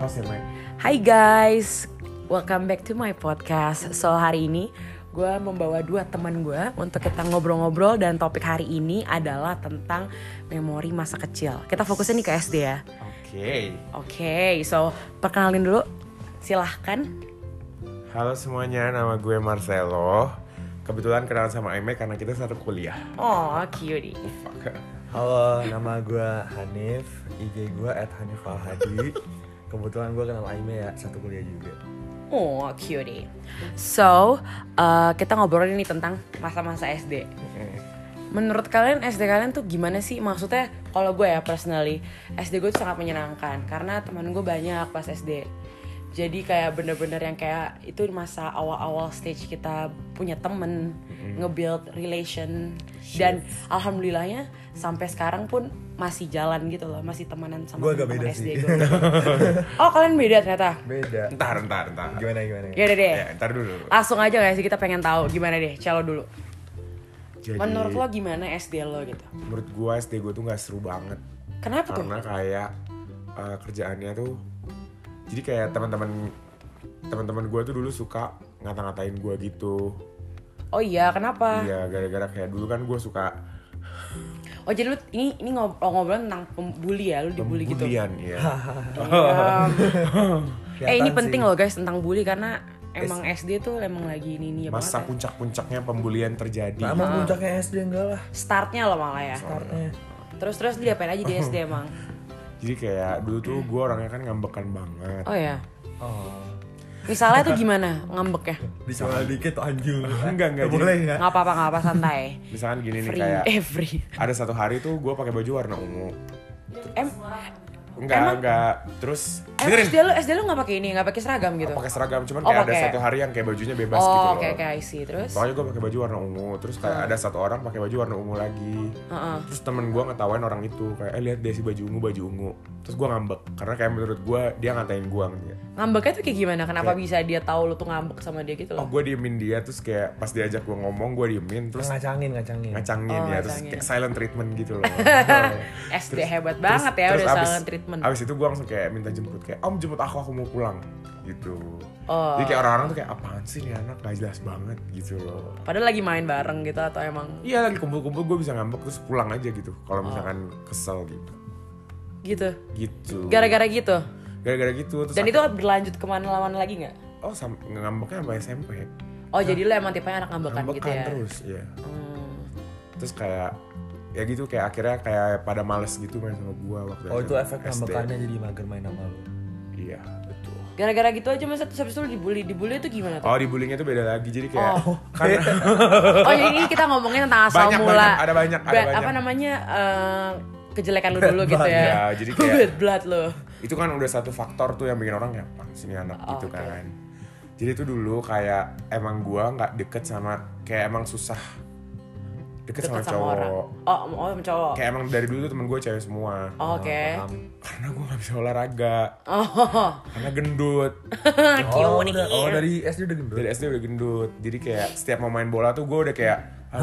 host ya, Mai. Hai guys, welcome back to my podcast. So hari ini gue membawa dua teman gue untuk kita ngobrol-ngobrol. Dan topik hari ini adalah tentang memori masa kecil. Kita fokusnya nih ke SD ya. Oke, so perkenalin dulu, silahkan. Halo semuanya, nama gue Marcelo. Kebetulan kenalan sama Aime karena kita satu kuliah. Oh, cutie. Halo, nama gue Hanif, IG gue @hanifalhadi. Kebetulan gue kenal Aime ya, satu kuliah juga. Oh, cutie. So, kita ngobrolin nih tentang masa-masa SD. Menurut kalian SD kalian tuh gimana sih? Maksudnya kalau gue ya personally, SD gue tuh sangat menyenangkan karena teman gue banyak pas SD. Jadi kayak bener-bener yang kayak itu masa awal-awal stage kita punya temen, nge-build relation. Dan alhamdulillahnya sampai sekarang pun masih jalan gitu loh, masih temenan sama teman SD gue. Oh, kalian beda ternyata? Beda. Ntar. Gimana? Ya udah deh. Ya, ntar dulu. Langsung aja gak sih, kita pengen tahu gimana deh, Celo dulu. Jadi, Menurut lo gimana SD lo gitu? menurut gue SD gue tuh gak seru banget. Kenapa tuh? Karena kayak kerjaannya tuh, jadi kayak teman-teman gue tuh dulu suka ngata-ngatain gue gitu. Oh iya, kenapa? Iya, gara-gara kayak dulu kan gue suka Oh jadi lu ini ngobrol tentang bully ya, lu dibully gitu. pembulian, ya. Ini penting loh guys tentang bully karena emang SD tuh emang lagi ini Masa banget ya. puncak-puncaknya pembulian terjadi. Nah, emang puncaknya SD enggak lah. Startnya loh malah ya. Startnya. Terus diapain aja di SD emang? Jadi kayak dulu tuh gue orangnya kan ngambekan banget. Oh ya. Oh. Misalnya tuh gimana ngambeknya? Disoal dikit tuh anjing. Enggak. Boleh enggak? Nggak apa-apa santai. Misalkan gini nih Free, kayak free. ada satu hari tuh gue pakai baju warna ungu. Emang? Enggak. Terus Emang SD lu nggak pakai ini, nggak pakai seragam gitu? pakai seragam, cuman Oh, kayak ada pakai. satu hari yang kayak bajunya bebas gitu Oh loh. oke, I see. Terus? Pokoknya gue pakai baju warna ungu, terus kayak ada satu orang pakai baju warna ungu lagi. Terus temen gue ngetawain orang itu kayak lihat deh si baju ungu. Terus gue ngambek karena kayak menurut gue dia ngatain gue gitu. Ngambeknya tuh kayak gimana? Kenapa bisa dia tahu lu tuh ngambek sama dia gitu Oh, loh? gue diemin dia, terus kayak pas diajak gue ngomong gue diemin, terus Ngacangin. ngacangin Oh, ya, terus ngacangin. kayak silent treatment gitu loh. SD hebat banget ya udah silent treatment. Abis itu gue langsung kayak minta jemput, kayak om jemput aku mau pulang gitu. Oh. Jadi kayak orang-orang tuh kayak apaan sih nih anak, gak jelas banget gitu loh. Padahal lagi main bareng gitu atau emang Iya, lagi kumpul-kumpul gue bisa ngambek terus pulang aja gitu kalau Oh. misalkan kesel gitu. Gitu. Gara-gara gitu. Gara-gara gitu terus Dan itu berlanjut kemana-mana lagi nggak? ngambeknya sampai SMP. Oh jadi lu emang tipenya anak ngambekan gitu Ngambekan ya? terus, iya. Hmm. Terus kayak ya gitu, kayak akhirnya kayak pada males gitu main sama gue waktu Oh, itu efek SD. ngambekannya jadi mager main sama lu. Iya, betul. Gara-gara gitu aja masa terus habis itu lu dibully itu gimana tuh? Oh, dibullyingnya tuh beda lagi, jadi kayak karena Oh jadi ini kita ngomongin tentang asal Banyak, mula. ada banyak. Apa namanya kejelekan lu dulu gitu ya? Iya, jadi kayak Bad blood lu. itu kan udah satu faktor tuh yang bikin orang ya apaan sih ini anak gitu oke. kan. Jadi itu dulu kayak emang gua nggak deket sama, kayak emang susah deket sama cowok. orang. Oh sama cowok. Kayak emang dari dulu tuh temen gue cewek semua. Oh, Oke. Karena gue gak bisa olahraga. Oh. Karena gendut. Dari SD udah gendut. Dari SD udah gendut. Jadi kayak setiap mau main bola tuh gue udah kayak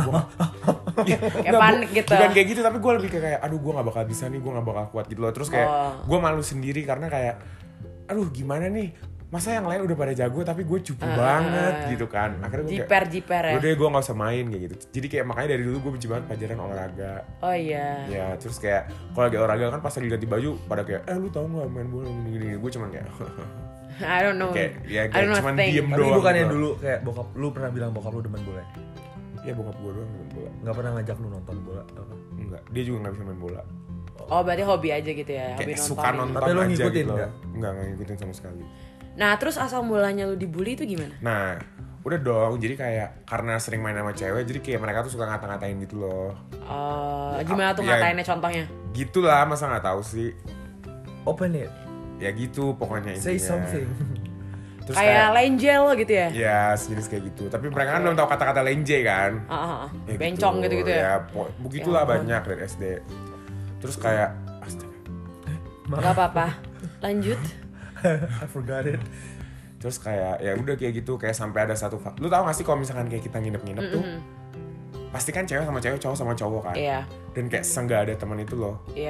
Kayak panik gitu. Bukan kayak gitu, tapi gue lebih kayak aduh gue gak bakal bisa nih, gue gak bakal kuat gitu loh. Terus kayak gue malu sendiri karena kayak aduh gimana nih, masa yang lain udah pada jago tapi gue cupu banget gitu kan. Akhirnya gue kayak Jiper ya. udah deh gue gak usah main kayak gitu. Jadi kayak makanya dari dulu gue benci banget pelajaran olahraga. Oh iya. Ya terus kayak kalau lagi olahraga kan pas lagi ganti baju pada kayak lu tau gak main bola gini-gini. Gue cuman kayak I don't know. kayak I don't know cuman thing. diem Tapi doang bukannya gitu. dulu kayak bokap lu pernah bilang bokap lu demen bola? Ya bokap gue doang main bola. Enggak pernah ngajak lu nonton bola apa? Enggak, dia juga gak bisa main bola. Oh berarti hobi aja gitu ya, hobi Kayak nonton. suka nonton Tapi lu aja ngikutin gitu. nggak? Enggak ngikutin sama sekali. Nah terus asal mulanya lu dibully itu gimana? Nah, udah dong. Jadi kayak karena sering main sama cewek, jadi kayak mereka tuh suka ngata-ngatain gitu loh. Gimana tuh Ya, ngatainnya contohnya? Gitu lah, masa nggak tahu sih? Open it. Ya gitu pokoknya intinya. Say something. Terus Kayak lenjel gitu ya? ya sejenis kayak gitu. Tapi mereka kan belum tahu kata-kata lenje kan. Ya Bencong gitu ya? Ya begitulah banyak dari SD. Terus kayak astaga. Gak apa-apa, lanjut. I forgot it. Terus kayak ya udah kayak gitu, kayak sampai ada satu lu tau gak sih kalau misalkan kayak kita nginep-nginep tuh pasti kan cewek sama cewek, cowok sama cowok kan. Iya. Dan kayak senggak ada teman itu loh. Iya.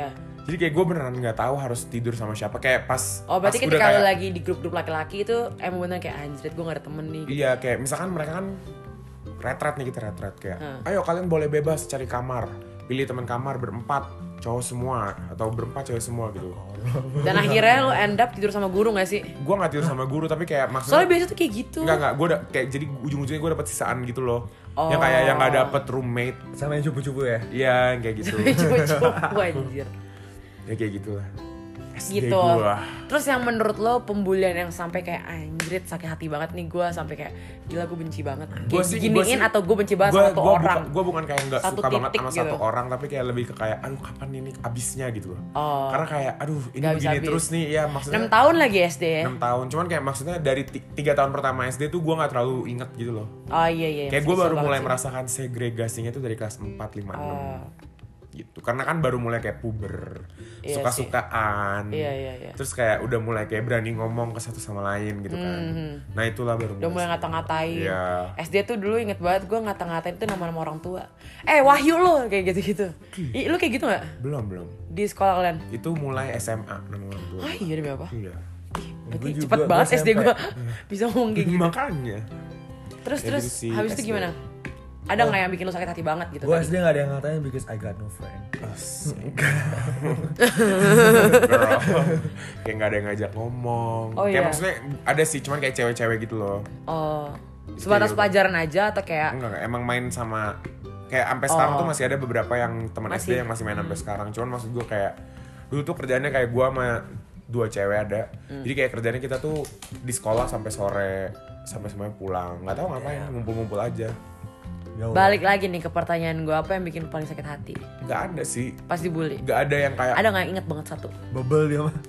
Jadi kayak gue beneran nggak tahu harus tidur sama siapa. Kayak pas berarti pas ketika kayak, lo lagi di grup-grup laki-laki itu emang bener kayak anjrit gue gak ada temen nih gitu. Iya kayak misalkan mereka kan retret nih, kita retret kayak ayo kalian boleh bebas cari kamar, pilih teman kamar berempat cowok semua atau berempat cewek semua gitu. Dan akhirnya lo end up tidur sama guru gak sih? Gue gak tidur sama guru tapi kayak maksudnya soalnya biasa tuh kayak gitu. Enggak, gue kayak jadi ujung-ujungnya gue dapet sisaan gitu loh. Yang kayak yang gak dapet roommate. Sama yang cupu-cupu ya? Iya yang kayak gitu. Cupu-cupu anjir. Ya kayak gitulah. Gitu. Terus yang menurut lo pembulian yang sampai kayak anjrit sakit hati banget nih gue, sampai kayak gila gue benci banget kayak diginiin atau gue benci banget sama satu orang. Gue bukan kayak nggak suka banget sama gitu. satu orang, tapi kayak lebih ke kayak aduh kapan ini abisnya gitu loh. Karena kayak aduh ini gak begini habis. terus nih ya maksudnya 6 tahun lagi SD ya? 6 tahun, cuman kayak maksudnya dari 3 tahun pertama SD tuh gue gak terlalu inget gitu loh. Oh iya. Kayak gue baru mulai merasakan segregasinya tuh dari kelas 4, 5, 6 gitu. Karena kan baru mulai kayak puber, suka-sukaan. Iya. Terus kayak udah mulai kayak berani ngomong ke satu sama lain gitu kan. Nah itulah baru udah mulai ngata-ngatain. Iya. SD tuh dulu inget banget gue ngata-ngatain tuh nama-nama orang tua. Wahyu lo kayak gitu-gitu. Lu kayak gitu gak? Belum. Di sekolah kalian? Itu mulai SMA nama orang tua. Iya demi apa? Iya. Berarti cepet banget SD gue bisa ngomong kayak gitu. Makanya. Terus gitu habis itu gimana? Ada nggak yang bikin lo sakit hati banget gitu? Gue SD nggak ada yang ngatain because I got no friend. Girl. Kayak nggak ada yang ngajak ngomong. Kayak maksudnya ada sih, cuman kayak cewek-cewek gitu loh. Sebatas pelajaran aja atau kayak? Enggak, emang main sama kayak sampai sekarang tuh masih ada beberapa yang teman SD yang masih main sampai sekarang. Cuman maksud gue kayak dulu tuh kerjaannya kayak gue sama 2 cewek ada. Jadi kayak kerjaannya kita tuh di sekolah sampai sore, sampai semuanya pulang. Nggak tahu ngapain, ngumpul-ngumpul aja. Balik lagi nih ke pertanyaan gue, apa yang bikin paling sakit hati? Gak ada sih. Pas dibully? Gak ada yang kayak. Ada nggak inget banget satu? Bebel dia mah.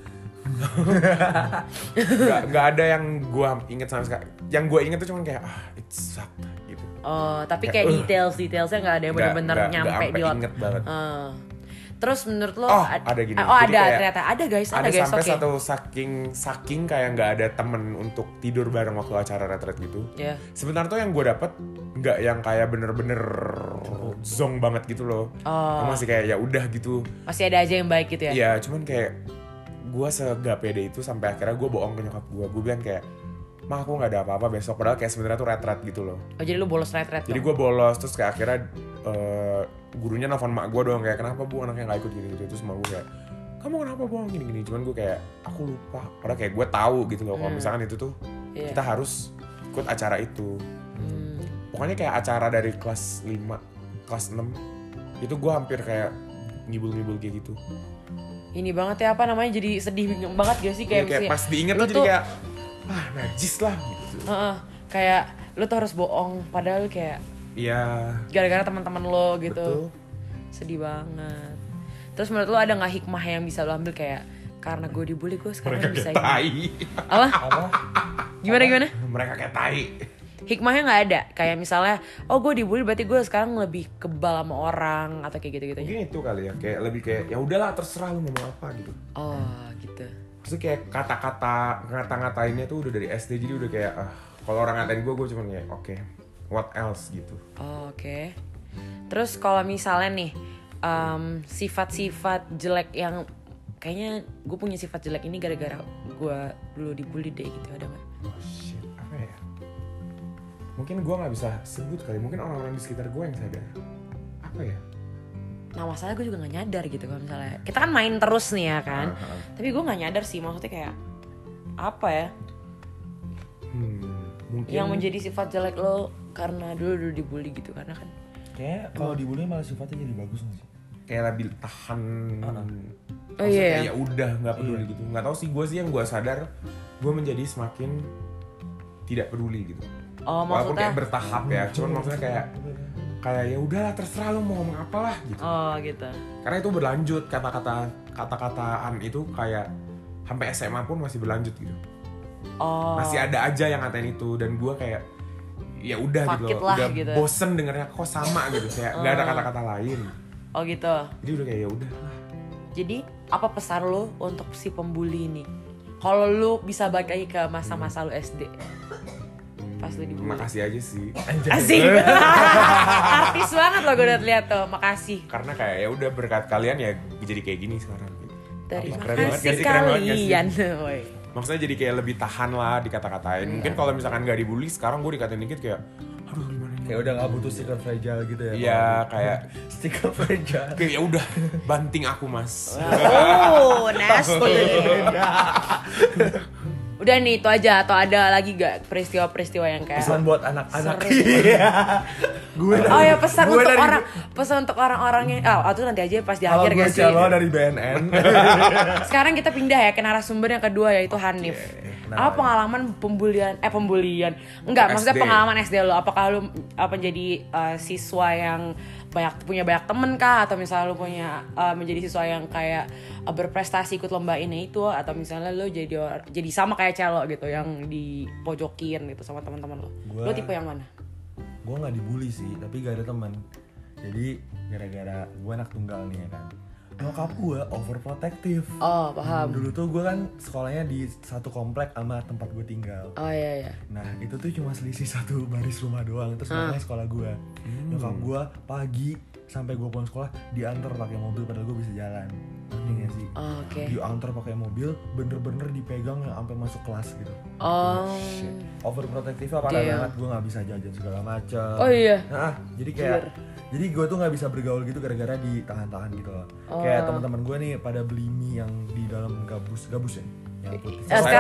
gak ada yang gue inget sama sekali. Yang gue inget tuh cuma kayak it sucked gitu. Tapi kayak detailsnya nggak ada yang benar-benar nyampe di otak. Inget banget. Terus menurut lo ada gini. Ada kayak, ternyata ada guys. Sampai satu saking kayak nggak ada temen untuk tidur bareng waktu acara retret gitu. Yeah. Sebenarnya tuh yang gue dapet nggak yang kayak bener-bener zong banget gitu loh. Masih kayak ya udah gitu. Masih ada aja yang baik gitu ya. Iya, cuman kayak gue segak pede itu sampai akhirnya gue bohong ke nyokap gue. Gue bilang kayak, "Ma, aku nggak ada apa-apa besok." Padahal kayak sebenarnya tuh retret gitu loh. Jadi lu bolos retret. Jadi gue bolos, terus kayak akhirnya gurunya nelfon mak gue doang kayak, "Kenapa Bu anaknya nggak ikut gitu?" Terus mak gue kayak, "Kamu kenapa bohong gini-gini?" Cuman gue kayak, aku lupa. Padahal kayak gue tahu gitu loh kalau misalkan itu tuh kita harus ikut acara itu. Pokoknya kayak acara dari kelas 5, kelas 6 itu gue hampir kayak ngibul-ngibul kayak gitu. Ini banget ya, apa namanya, jadi sedih banget gak sih? Kayak pas diinget tuh jadi kayak najis lah gitu. Kayak lu tuh harus bohong padahal kayak gara-gara teman-teman lo gitu. Betul. Sedih banget. Terus menurut lo ada nggak hikmah yang bisa lo ambil kayak karena gue dibully gue sekarang mereka bisa kayak tai. Apa? Gimana? Mereka kayak tai. Hikmahnya nggak ada, kayak misalnya gue dibully berarti gue sekarang lebih kebal sama orang atau kayak gitu-gitu. Mungkin itu kali ya, kayak lebih kayak ya udahlah terserah lu mau apa gitu. Gitu. Terus kayak ngata-ngatainnya tuh udah dari SD, jadi udah kayak kalau orang ngatain gue cuma kayak oke, what else gitu. Oke. Terus kalau misalnya nih sifat-sifat jelek yang kayaknya gue punya sifat jelek ini gara-gara gue dulu dibully deh gitu, ada nggak? Shit, apa ya? Mungkin gue nggak bisa sebut kali, mungkin orang-orang di sekitar gue yang sadar. Apa ya? Nah masalahnya gue juga nggak nyadar gitu kalau misalnya kita kan main terus nih ya kan, tapi gue nggak nyadar sih, maksudnya kayak apa ya? Mungkin yang menjadi sifat jelek lo karena dulu dibully gitu, karena kan kayak kalau dibully malah sifatnya jadi bagus nggak sih? Kayak lebih tahan. Iya. Ya udah nggak peduli gitu. Nggak tahu sih, gue sih yang gue sadar gue menjadi semakin tidak peduli gitu. Walaupun kayak bertahap ya, cuman maksudnya kayak ya udahlah terserah lu mau ngomong apalah gitu. Gitu. Karena itu berlanjut, kata-kataan itu kayak sampai SMA pun masih berlanjut gitu. Masih ada aja yang ngatain itu, dan gue kayak ya udah gitu loh, udah gitu. Bosen dengernya kok sama gitu, kayak nggak ada kata-kata lain. Gitu. Jadi udah kayak ya udah. Jadi apa pesan lo untuk si pembuli ini? Kalau lu bisa balik lagi ke masa-masa lu SD, pas lu dibully. Makasih aja sih. Asik. Artis banget lo gue udah lihat tuh. Makasih. Karena kayak ya udah berkat kalian ya jadi kayak gini sekarang gitu. Terima Keren banget, kasih sih, keren banget gak sih? kalian. Maksudnya jadi kayak lebih tahan lah dikata-katain. Mungkin kalau misalkan gak dibully, sekarang gue dikatain dikit kayak aduh gimana nih. Kayak udah gak butuh stiker fragile gitu ya. Iya kayak stiker fragile. kayak ya udah banting aku mas. Oh, nasty. Udah nih itu aja, atau ada lagi gak peristiwa-peristiwa yang kayak Pesan buat anak-anak. Gue ya pesan untuk orang-orang yang itu nanti aja pas di akhir guys. Kalau gue dari BNN. Sekarang kita pindah ya ke narasumber yang kedua yaitu Hanif. Nah, apa pengalaman pembulian? Enggak, maksudnya SD. pengalaman SD lo. Apakah lo menjadi siswa yang punya banyak temen kah, atau misalnya lo punya menjadi siswa yang kayak berprestasi ikut lomba ini itu, atau misalnya lo jadi sama kayak Celo gitu yang dipojokin gitu sama teman-teman lo. Lo tipe yang mana? Gue nggak dibully sih, tapi gak ada teman. Jadi gara-gara gue anak tunggal nih ya kan, nyokap gue overprotective. Oh paham. Dulu tuh gue kan sekolahnya di satu komplek sama tempat gue tinggal. Oh iya. Nah itu tuh cuma selisih satu baris rumah doang. Terus sekolahnya sekolah gue. Nyokap gue pagi sampai gue pulang sekolah diantar pakai mobil padahal gue bisa jalan. Ngerti gak sih? Oke. Diantar pakai mobil, bener-bener dipegang sampai masuk kelas gitu. Oh. Overprotective parah banget, gue nggak bisa jajan segala macam. Oh iya. Nah, jadi kayak jadi gue tuh nggak bisa bergaul gitu gara-gara ditahan-tahan gitu loh. Kayak teman-teman gue nih pada beli mie yang di dalam gabus ya, yang putih.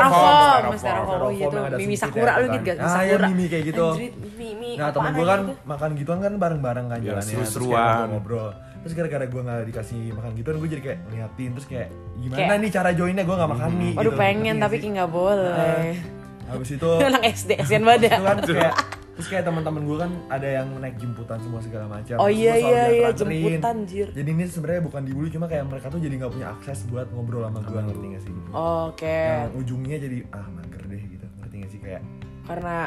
Styrofoam. Oh iya tuh, Mimi Sakura lu gitu gak? Ya Mimi kayak gitu. Mimi. Nah temen gue kan makan gituan kan bareng-bareng kan jalannya, seru-seruan. ngobrol. Terus gara-gara gue nggak dikasih makan gituan, gue jadi kayak ngeliatin, terus kayak gimana nih cara joinnya, gue nggak makan mie. Waduh gitu. pengen tapi kayak nggak boleh. Habis itu Anak SD, kasihan banget ya. Terus kayak teman-teman gue kan ada yang naik jemputan semua segala macam. Oh Terus iya gua selalu iya diantar-anterin. jemputan jir. Jadi ini sebenarnya bukan dibully, cuma kayak mereka tuh jadi nggak punya akses buat ngobrol sama gue, ngerti gak sih? Oke. Yang ujungnya jadi mager deh gitu, ngerti gak sih kayak? Karena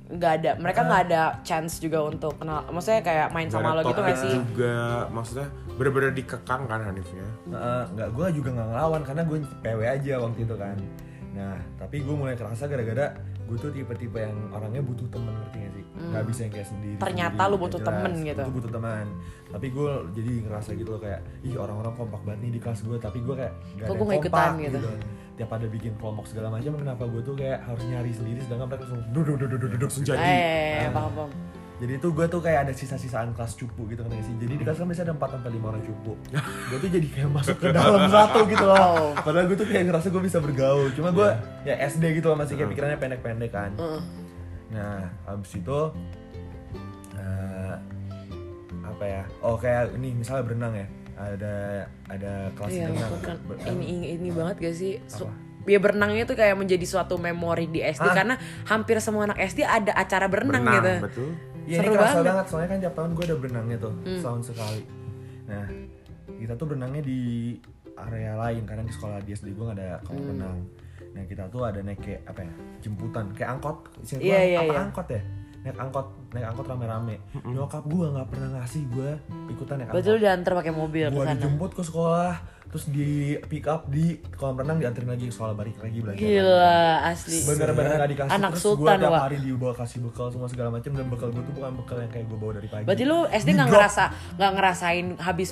mereka nggak ada chance juga untuk kenal, maksudnya kayak main sama lo gitu nggak sih? Juga maksudnya bener-bener dikekang kan Hanifnya. Nggak, gue juga nggak ngelawan karena gue PW aja waktu itu kan. Nah tapi gue mulai kerasa gara-gara gue tuh tipe-tipe yang orangnya butuh temen, ngerti gak sih? Gak bisa yang kayak sendiri. Ternyata lu butuh temen gitu. Gue butuh teman. Tapi gue jadi ngerasa gitu loh kayak, ih orang-orang kompak banget nih di kelas gue, tapi gue kayak gak ada gue ikutan gitu. Tiap ada bikin kelompok segala macam, kenapa gue tuh kayak harus nyari sendiri, sedangkan mereka langsung duduk Jadi paham. jadi itu gue tuh kayak ada sisa-sisaan kelas cupu gitu kan sih. Jadi di kelas kan biasanya ada 4-5 orang cupu. Gue tuh jadi kayak masuk ke dalam satu gitu loh. Padahal gue tuh kayak ngerasa gue bisa bergaul. Cuma gue ya SD gitu loh, masih kayak pikirannya pendek-pendek kan. Nah abis itu apa ya? Oh kayak ini misalnya berenang ya. Ada kelas berenang. Ini banget gak sih? Ya berenangnya tuh kayak menjadi suatu memori di SD karena hampir semua anak SD ada acara berenang gitu. Betul. Ya ini kerasa banget, soalnya kan tiap tahun gue ada berenangnya tuh, setahun sekali. Nah, kita tuh berenangnya di area lain, karena di sekolah di SD gue gak ada kolam renang. Nah kita tuh ada naik kayak apa ya, jemputan, kayak angkot. Angkot ya? Naik angkot rame-rame. Nyokap gue gak pernah ngasih gue ikutan naik angkot. Betul, diantar pakai mobil ke sana. Gue dijemput ke sekolah, terus di pick up di kolam renang, dianterin lagi ke sekolah, balik lagi belajar. Gila, asli. Bener-bener gak dikasih. Anak terus sultan, gue tiap hari dibawa kasih bekal semua segala macam, dan bekal gue tuh bukan bekal yang kayak gue bawa dari pagi. Berarti lu SD nggak ngerasain habis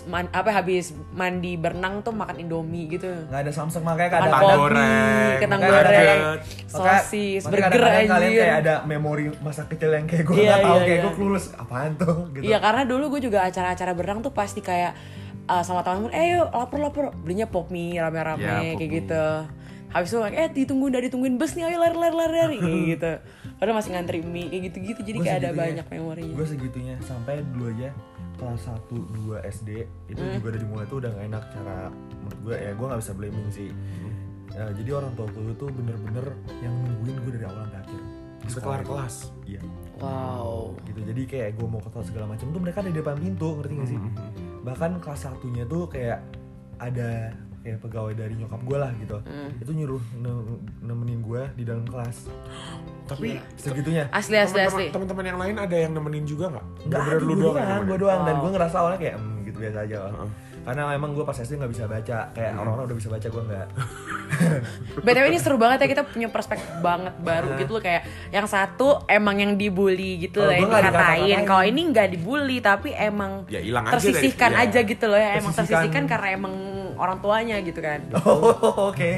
mandi berenang tuh makan Indomie gitu? Nggak ada Samsung, makanya Makan kadang kopi, kentang goreng, sosis, burger kalian anjir. kayak ada memori masa kecil yang kayak gue nggak tahu, kayak gue clueless apaan tuh gitu. Iya, karena dulu gue juga acara-acara berenang tuh pasti kayak sama teman-teman, yuk lapor, belinya pop mie rame-rame kayak gitu. Habis itu ditungguin bus nih, ayo lari kayak gitu. Padahal masih ngantri mie kayak gitu-gitu, jadi kayak ada banyak memorinya. Gue segitunya, sampai dulu aja kelas 1-2 SD itu juga dari mulai tuh udah gak enak cara, menurut gue ya, gue gak bisa blaming sih. Jadi orang tua gue tuh bener-bener yang nungguin gue dari awal sampai akhir. Bisa kelar kelas. Iya. Wow. Gitu, jadi kayak gue mau ke kelas segala macam tuh mereka ada di depan pintu, ngerti gak sih? Bahkan kelas 1-nya tuh kayak ada kayak pegawai dari nyokap gue lah gitu, itu nyuruh nemenin gue di dalam kelas. Tapi segitunya. Asli. Teman-teman yang lain ada yang nemenin juga nggak? Nggak ada, gue doang. Dan gue ngerasa awalnya kayak gitu biasa aja. Karena emang gue pas SD nggak bisa baca, kayak orang-orang udah bisa baca, gue nggak. BTW ini seru banget ya, kita punya perspektif banget baru gitu loh, kayak yang satu emang yang dibully gitu loh, yang dikatain. Kalau ini nggak dibully tapi emang ya, tersisihkan aja gitu loh ya, emang tersisihkan karena emang orang tuanya gitu kan. Oh, oke.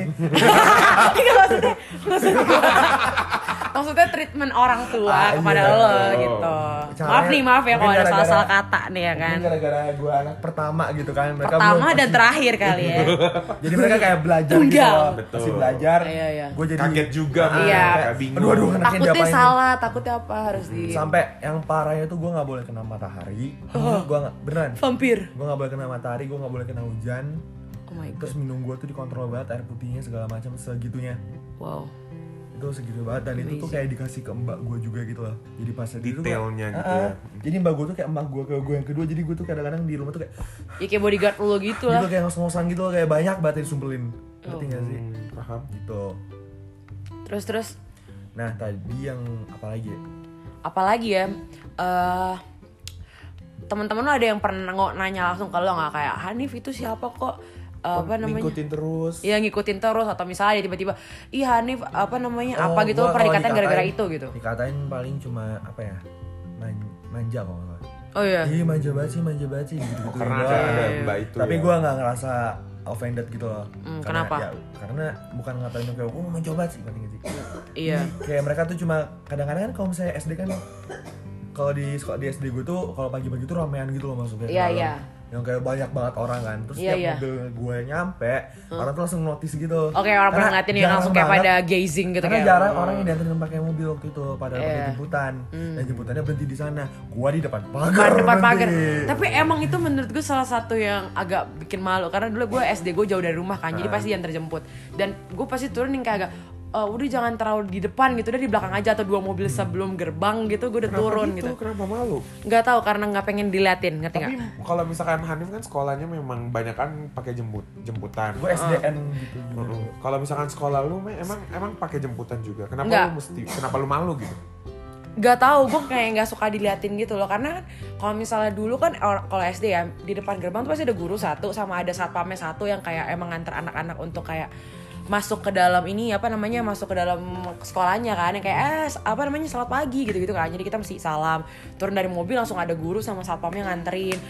Maksudnya treatment orang tua kepada lo gitu. Maaf ya kalau ada salah-salah kata nih ya kan. Ini gara-gara gue anak pertama gitu kan. Mereka pertama dan terakhir kali ya. Jadi mereka kayak belajar gitu. Masih belajar. Iya. Gue jadi kaget juga. Iya. Bingung. Aduh, takutnya salah, takutnya apa harus di. Sampai yang parahnya tuh gue nggak boleh kena matahari. Gue nggak beneran. Vampir. Gue nggak boleh kena matahari, gue nggak boleh kena hujan. Oh my god. Terus minum gue tuh dikontrol banget, air putihnya segala macam segitunya. Wow. Itu segitu banget dan itu tuh kayak dikasih ke mbak gue juga gitu loh. Jadi pas detailnya gitu ya. Jadi mbak gue tuh kayak mbak gue ke gue yang kedua. Jadi gue tuh kadang-kadang di rumah tuh kayak ya kayak bodyguard lo gitu lah. Gitu kayak ngos-ngosan gitu loh, kayak banyak banget yang disumpelin. Ngerti gak sih? Paham. Gitu. Terus. Nah tadi yang apalagi ya? Teman-teman lo ada yang pernah nanya langsung kalau nggak kayak Hanif itu siapa kok? Apa namanya? Ngikutin terus. Iya ngikutin terus atau misalnya tiba-tiba ih Hanif apa namanya apa gitu pernah dikatain gara-gara itu gitu. Dikatain paling cuma apa ya? Manja kok enggak. Oh iya. Ih manja banget sih gitu. Karena ada mbak itu. Tapi ya. gue nggak ngerasa offended gitu loh. Kenapa? Ya, karena bukan ngatain kayak manja banget sih, ngerti gak sih? Iya. Kayak mereka tuh cuma kadang-kadang kan kalau misalnya SD kan kalau di SD gue tuh kalau pagi-pagi tuh ramean gitu loh masuknya. Iya. Yang kayak banyak banget orang kan. Terus tiap mobil gue nyampe, orang tuh langsung notice gitu. Oke, orang pernah ngeliatin yang langsung kayak pada gazing gitu karena kayak. jarang orang yang dianterin pakai mobil waktu itu, pada pakai jemputan. Dan jemputannya berhenti di sana. Gua di depan pagar. Tapi emang itu menurut gue salah satu yang agak bikin malu karena dulu gue SD gue jauh dari rumah kan. Jadi pasti diantar jemput. Dan gue pasti turun yang kayak agak udah jangan terlalu di depan gitu, udah di belakang aja atau 2 mobil sebelum gerbang gitu gue udah turun gitu. Kenapa malu? Nggak tahu karena nggak pengen diliatin, ngerti nggak? Tapi kalau misalkan Hanif kan sekolahnya memang banyak kan pakai jemputan. Gue SDN gitu. Kalau misalkan sekolah lu emang pakai jemputan juga. Kenapa lu malu gitu? Gak tahu, gue kayak nggak suka diliatin gitu loh karena kalau misalnya dulu kan kalau SD ya di depan gerbang tuh pasti ada guru satu sama ada satpamnya satu yang kayak emang nganter anak-anak untuk kayak masuk ke dalam ini masuk ke dalam sekolahnya kan yang kayak selamat pagi gitu kan. Jadi kita mesti salam, turun dari mobil langsung ada guru sama satpamnya nganterin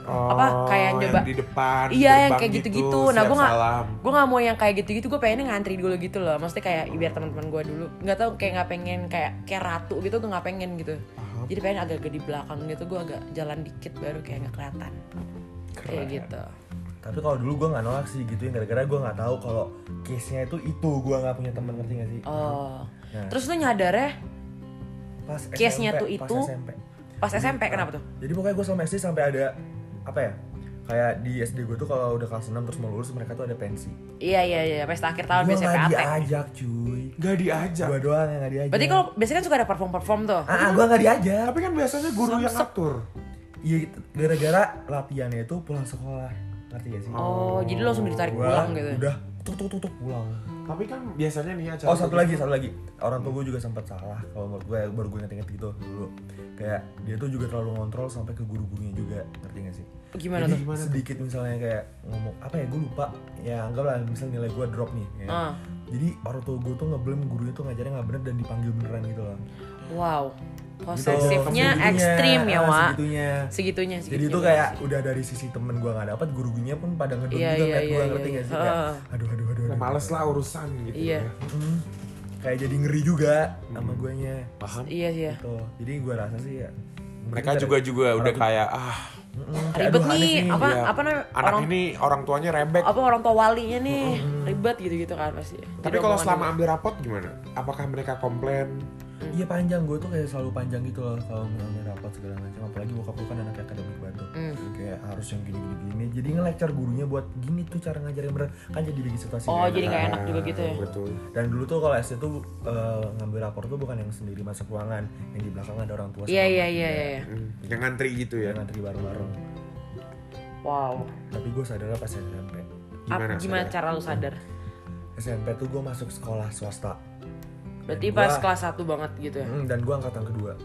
kayak coba di depan yang kayak gitu-gitu. Nah gue nggak mau yang kayak gitu-gitu, gue pengennya ngantri dulu gitu loh, maksudnya kayak biar teman-teman gue dulu nggak tahu kayak nggak pengen kayak ratu gitu, gue nggak pengen gitu. Jadi pengen agak-agak di belakang gitu, gue agak jalan dikit baru kayak nggak kelihatan kayak gitu. Tapi kalau dulu gue nggak nolak sih gitu, gara-gara gue nggak tahu kalau case-nya itu gue nggak punya teman, ngerti nggak sih? Nah. Terus lu nyadar ya pas case-nya SMP, tuh itu pas SMP kenapa tuh? Jadi pokoknya gue sama SD sampai ada kayak di SD gue tuh kalau udah kelas 6 terus mau lulus mereka tuh ada pensi. Iya, pesta akhir tahun biasanya PAT. Gue nggak diajak cuy. Nggak diajak. Gue doang yang nggak diajak. Berarti kalau biasanya kan suka ada perform tuh. Gue nggak diajak. Tapi kan biasanya guru yang ngatur. Iya, gara-gara latihannya itu pulang sekolah, ngerti gak sih? Jadi lo langsung ditarik pulang gitu. Udah tuk pulang. Tapi kan biasanya nih acara. Satu lagi. Orang tua gue juga sempat salah kalau menurut gue, baru gue inget gitu dulu. Kayak dia tuh juga terlalu ngontrol sampai ke guru-gurunya juga, ngerti gak sih? Gimana jadi, tuh? Sedikit misalnya kayak ngomong gue lupa. Ya anggaplah misalnya nilai gue drop nih ya. Jadi orang tua gue tuh nge-blame gurunya tuh ngajarnya gak bener dan dipanggil beneran gitu loh. Wow, posesifnya ekstrim ya Wak. Segitunya. Jadi itu kayak udah dari sisi temen gue gak dapet, guru-gurunya pun pada ngedon juga ngeliat gue, ngerti gak sih? Kayak aduh. Males lah urusan gitu ya. Kayak jadi ngeri juga sama guanya. Paham? Iya. Gitu. Jadi gue rasa sih ya mereka juga udah kayak ribet nih, apa namanya anak ini orang tuanya rebek, apa orang tua walinya nih ribet gitu kan pasti. Tapi kalau selama ambil rapot gimana? Apakah mereka komplain? Iya panjang, gue tuh kayak selalu panjang gitu loh kalau ngambil rapat segala macam. Apalagi bokap gue kan anak akademik banget, kayak harus yang gini. Jadi nge-lecture gurunya buat gini tuh cara ngajarin bener, kan jadi bikin situasi. Jadi nggak enak juga gitu ya. Betul. Dan dulu tuh kalau SD tuh ngambil rapor tuh bukan yang sendiri masuk ruangan, yang di belakang ada orang tua. Iya. Yang ngantri gitu ya. Yang ngantri bareng-bareng. Wow. Tapi gue sadar pas SMP. Gimana cara lu sadar? SMP tuh gue masuk sekolah swasta. Berarti pas kelas 1 banget gitu ya? Dan gue angkatan kedua.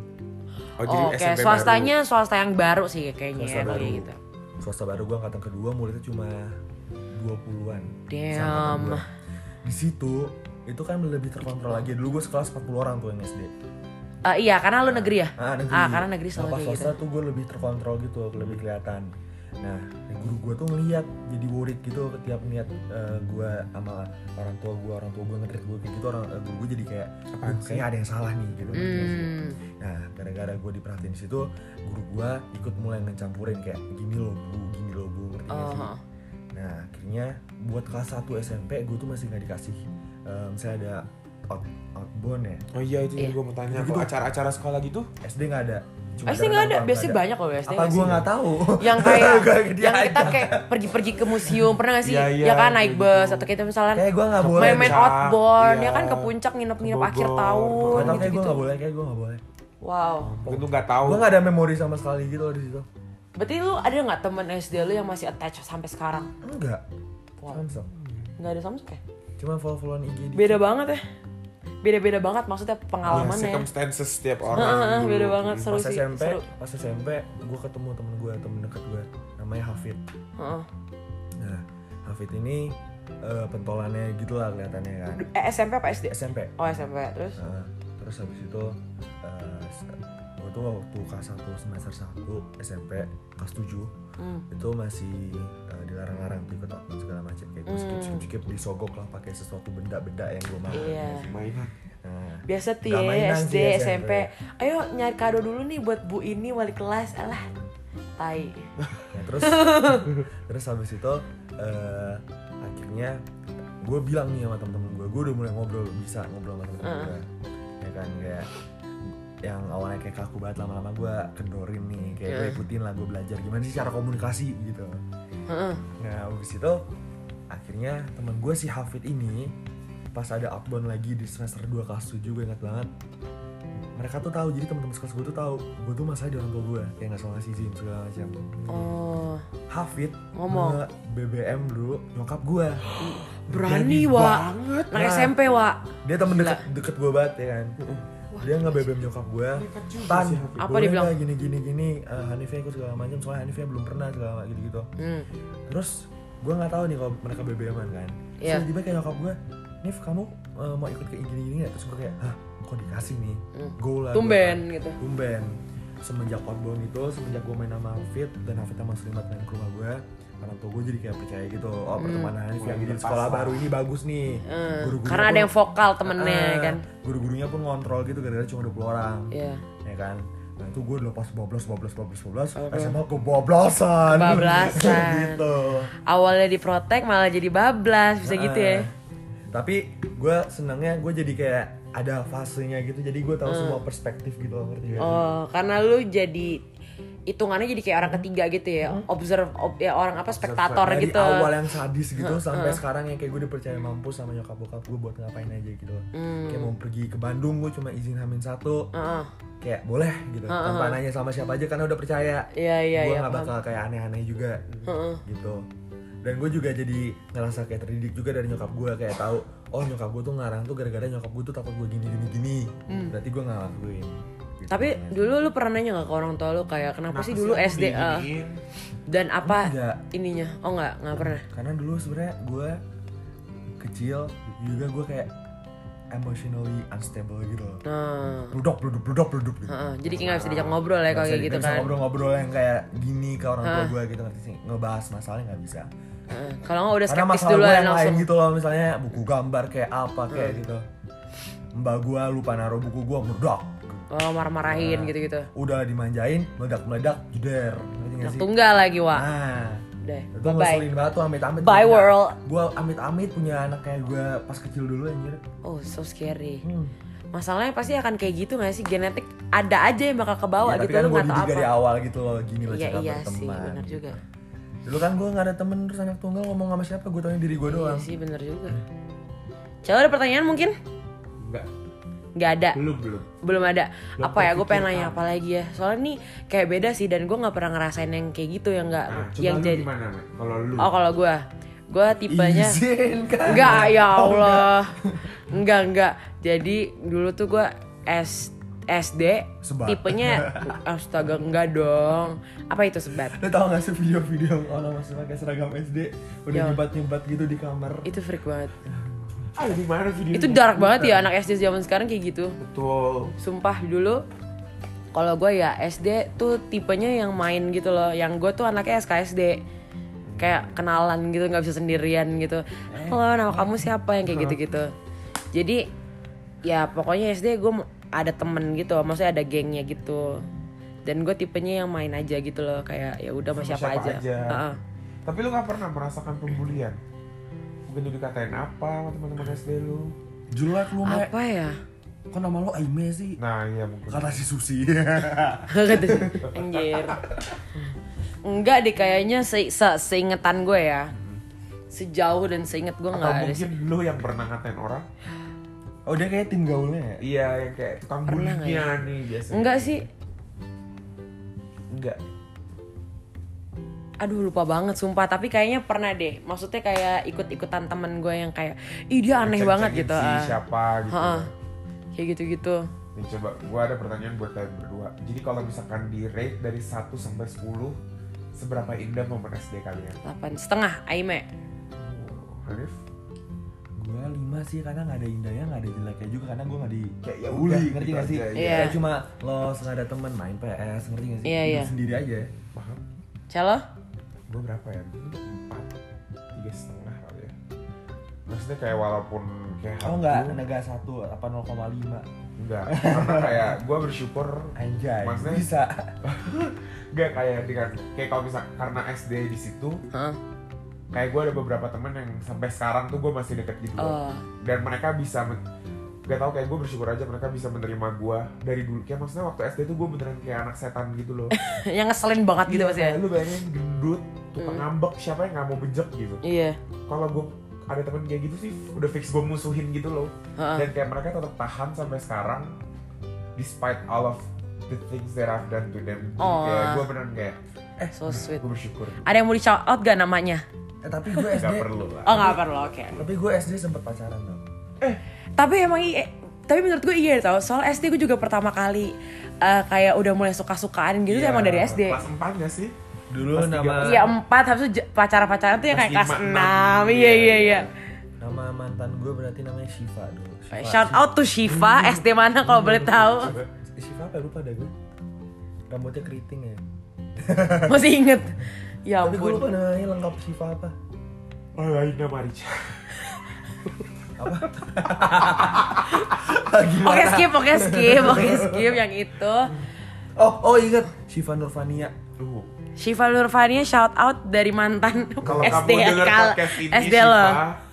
Oke, swastanya swasta yang baru sih kayaknya ya, kayak gitu. Swasta baru, gue angkatan kedua, muridnya cuma 20-an. Damn. Di situ, itu kan lebih terkontrol lagi. Dulu gue sekelas 40 orang tuh yang SD. Iya, karena lu negeri ya? Negeri. Karena negeri selalu kayak gitu. Pas swasta tuh gue lebih terkontrol gitu, lebih kelihatan. Nah, guru gue tuh ngeliat, jadi worried gitu setiap ngeliat gue sama orang tua gue nge-treat gue kayak gitu, guru gue jadi kayak kayaknya ada yang salah nih gitu. Nah, gara-gara gue diperhatiin di situ, guru gue ikut mulai ngecampurin kayak gini loh bu, ngerti gak sih? Nah, akhirnya buat kelas 1 SMP gue tuh masih nggak dikasih, misalnya ada outbound ya. Oh iya itu gue mau tanya, gitu. Acara sekolah gitu? SD nggak ada. SD nggak ada, biasanya banyak loh SD. Apa gue nggak tahu? Yang kayak yang kita kayak pergi-pergi ke museum, pernah nggak sih? Ya kan naik bus atau kita misalnya kayak gue nggak boleh main outbound, ya kan ke puncak nginep akhir tahun. Kayak gue nggak boleh. Wow. Mungkin tuh nggak tahu. Gue nggak ada memori sama sekali gitu loh di situ. Berarti lu ada nggak temen SD lu yang masih attach sampai sekarang? Enggak. Wow. Samsung. Nggak ada Samsung ya? Cuma follow-followan IG. Beda banget ya. Beda banget maksudnya pengalamannya. Circumstances setiap orang. Beda banget, seru pas sih. Pas SMP, gue ketemu temen dekat gue, namanya Hafid. Nah, Hafid ini pentolannya gitulah kelihatannya kan. SMP apa SD? SMP. Oh SMP, terus? Terus habis itu gue tuh waktu kelas 1 semester 1 SMP kelas 7 itu masih dilarang-larang ikut outbound segala macam kayak gue skip disogok lah pakai sesuatu benda-benda yang gue mau. Mainan. Nah, biasa tuh ya SD SMP. Ayo nyari kado dulu nih buat bu ini wali kelas. Alah tai. Nah, terus habis itu akhirnya gue bilang nih sama temen-temen gue udah mulai bisa ngobrol sama temen gue. Ya kan kayak yang awalnya kayak kaku banget, lama-lama gue kendorin nih kayak gue ikutin lah, gue belajar gimana sih cara komunikasi gitu. Nah abis itu akhirnya temen gue si Hafid ini pas ada outbound lagi di semester 2 kelas 7, gue ingat banget mereka tuh tahu, jadi teman-teman sekelas gue tuh tahu gue tuh masalah di orang tua gue kayak nggak selalu ngasih izin segala macam. Hafid ngomong BBM dulu nyokap gue. Berani wa anak SMP wa, dia temen deket gue banget ya kan. Dia nge-BBM nyokap gue, Tan, apa dia bilang? Gini, Hanifah ikut segala macam, soalnya Hanifah belum pernah segala gitu-gitu. Terus gue nggak tahu nih kalau mereka BBM-an kan. Terus tiba-tiba kayak nyokap gue, Nif kamu mau ikut ke gini nggak? Terus gue kayak, hah kok dikasih nih? Go lah. Tumben gitu. Tumben. Semenjak outbound itu, semenjak gue main sama Hafid dan Hafid sama Selimat main ke rumah gue, orang tua gue jadi kayak percaya gitu, oh pertemanan Hanif yang di sekolah baru ini bagus nih. Karena ada yang vokal temennya kan. Guru-gurunya pun ngontrol gitu gara-gara cuma 20 orang. Ya kan. Nah itu gue udah pas bablas SMA kebablasan gitu. Awalnya diprotek malah jadi bablas, bisa gitu ya. Tapi gue senangnya gue jadi kayak ada fasenya gitu, jadi gue tahu semua perspektif gitu loh, ngerti gak? Oh, karena lu jadi hitungannya jadi kayak orang ketiga gitu ya, ya orang apa spektator dari gitu. Awal yang sadis gitu sampai sekarang yang kayak gue dipercaya mampu sama nyokap bokap gue buat ngapain aja gitu. Kayak mau pergi ke Bandung gue cuma izin H-1, kayak boleh gitu, tanpa nanya sama siapa aja karena udah percaya. Gue nggak bakal kayak aneh-aneh juga gitu. Dan gue juga jadi ngerasa kayak terdidik juga dari nyokap gue, kayak tahu oh nyokap gue tuh ngarang tuh gara-gara nyokap gue tuh takut gue gini. Berarti gue nggak lakuin. Gitu. Tapi dulu lu pernah nanya nggak ke orang tua lu kayak kenapa sih dulu SD dan apa ininya? Oh nggak pernah. Karena dulu sebenarnya gue kecil juga gue kayak emotionally unstable gitu loh. Bluduk gitu. Jadi kayak nggak bisa diajak ngobrol ya kalau kayak gitu kan. Ngobrol yang kayak gini ke orang tua gue gitu, ngerti sih, ngebahas masalahnya nggak bisa. Kalau nggak udah karena skeptis dulu yang langsung. lain gitu loh, misalnya buku gambar kayak apa kayak gitu. Mbak gue lupa naruh buku gue, meledak. Oh marah-marahin gitu-gitu. Udah dimanjain, meledak jeder. Tunggal lagi Wak. Udah. Itu ngeselin banget tuh amit-amit. Bye world. Gue amit-amit punya anak kayak gue pas kecil dulu anjir. Oh so scary. Masalahnya pasti akan kayak gitu gak sih, genetik ada aja yang bakal kebawa gitu, kan lu gak tau apa. dari awal gitu loh, gini loh cara Iya berteman. sih, benar juga. Dulu kan gue gak ada temen, terus anak tunggal ngomong sama siapa, gue taunya diri gue doang. Iya sih, benar juga. Coba ada pertanyaan mungkin? Nggak ada. Belum ada. Belum apa ya, gue pengen nanya apa lagi ya, soalnya nih kayak beda sih, dan gue nggak pernah ngerasain yang kayak gitu, yang nggak yang jadi gimana, kalau lu? Oh kalau gue tipenya enggak, ya Allah. enggak jadi dulu tuh gue SD tipenya astaga enggak dong, apa itu sebat? Lo tau gak sih video-video yang orang masih pakai seragam SD udah nyebat gitu di kamar? Itu freak banget. Di mana video itu dark banget ya, anak SD zaman sekarang kayak gitu. Betul. Sumpah dulu Kalau gue ya SD tuh tipenya yang main gitu loh. Yang gue tuh anaknya SKSD, kayak kenalan gitu, nggak bisa sendirian gitu. Halo, nama kamu siapa, yang kayak gitu-gitu. Jadi ya pokoknya SD gue ada temen gitu, maksudnya ada gengnya gitu. Dan gue tipenya yang main aja gitu loh, kayak ya udah sama siapa aja. Tapi lu nggak pernah merasakan pembulian? Mungkin lu dikatain apa sama teman-teman SD lu? Jelek lu, Mek. Apa ya? Kok nama lo Aime sih? Nah iya mungkin. Kata si Susi. Anjir. Enggak deh, kayaknya seingetan gue ya. Sejauh dan seinget gue nggak ada. Atau mungkin lu yang pernah ngatain orang? Oh, dia kayak tim gaulnya ya? Iya, yang kayak tukang bullyingnya nih biasanya. Enggak sih. Enggak. Aduh, lupa banget sumpah, tapi kayaknya pernah deh. Maksudnya kayak ikut-ikutan temen gue yang kayak, ih dia aneh banget gitu. Siapa gitu. Kayak gitu-gitu. Nih coba, gue ada pertanyaan buat kalian berdua. Jadi kalau misalkan di rate dari 1 sampai 10, seberapa indah momen SD kalian? 8,5, Aime. Hanif? Gue 5 sih, karena gak ada indahnya, gak ada jeleknya juga. Karena gue gak di kayak ya bully, udah, ngerti gitu gak sih? aja, iya. Kayak cuma los, gak ada temen main PS, ngerti gak sih? Iya, iya. Sendiri aja. Paham? Celo? Gue berapa ya? 4, 3,5 kali ya. Maksudnya kayak walaupun kayak Oh enggak, Naga 1 apa 0,5. Enggak, karena kayak gue bersyukur. Anjay, maksudnya bisa. Enggak kayak dengan kayak kalau misal karena SD di situ, kayak gue ada beberapa temen yang sampai sekarang tuh gue masih deket gitu loh. Dan mereka bisa gak tau, kayak gue bersyukur aja mereka bisa menerima gue dari dulu. Kayak maksudnya waktu SD tuh gue beneran kayak anak setan gitu loh. Yang ngeselin banget gitu Iya, Mas ya. Lu bayangin gendut, tukang ngambek, siapa yang gak mau bejek gitu. Iya. Kalau gue ada temen kayak gitu sih udah fix gue musuhin gitu loh. Dan kayak mereka tetap tahan sampai sekarang despite all of the things that I've done to them. Kayak gue beneran kayak so sweet. Gue bersyukur. Ada yang mau di shout out gak namanya? Tapi gue SD Gak perlu lah. Oh gak perlu, oke. Tapi gue SD sempet pacaran dong. Tapi emang tapi menurut gue iya tau. Soal SD gue juga pertama kali kayak udah mulai suka-sukaan gitu tuh emang dari SD. Kelas 4 gak sih? Dulu nama Iya 4, habis itu pacaran-pacaran tuh yang kayak kelas 6. Iya. Nama mantan gue berarti namanya Shiva dulu. Shout out to Shiva, SD mana kalau boleh tahu. Shiva apa lupa dah gue. Rambutnya keriting ya. Masih inget. Ya Tapi gue ampun. lupa namanya lengkap Shiva apa. Oh, Aina Marica. Oke skip yang itu. Oh ingat Shiva Nurfania. Shiva Nurfania shout out dari mantan Kalau SD kamu denger podcast ini SD lo.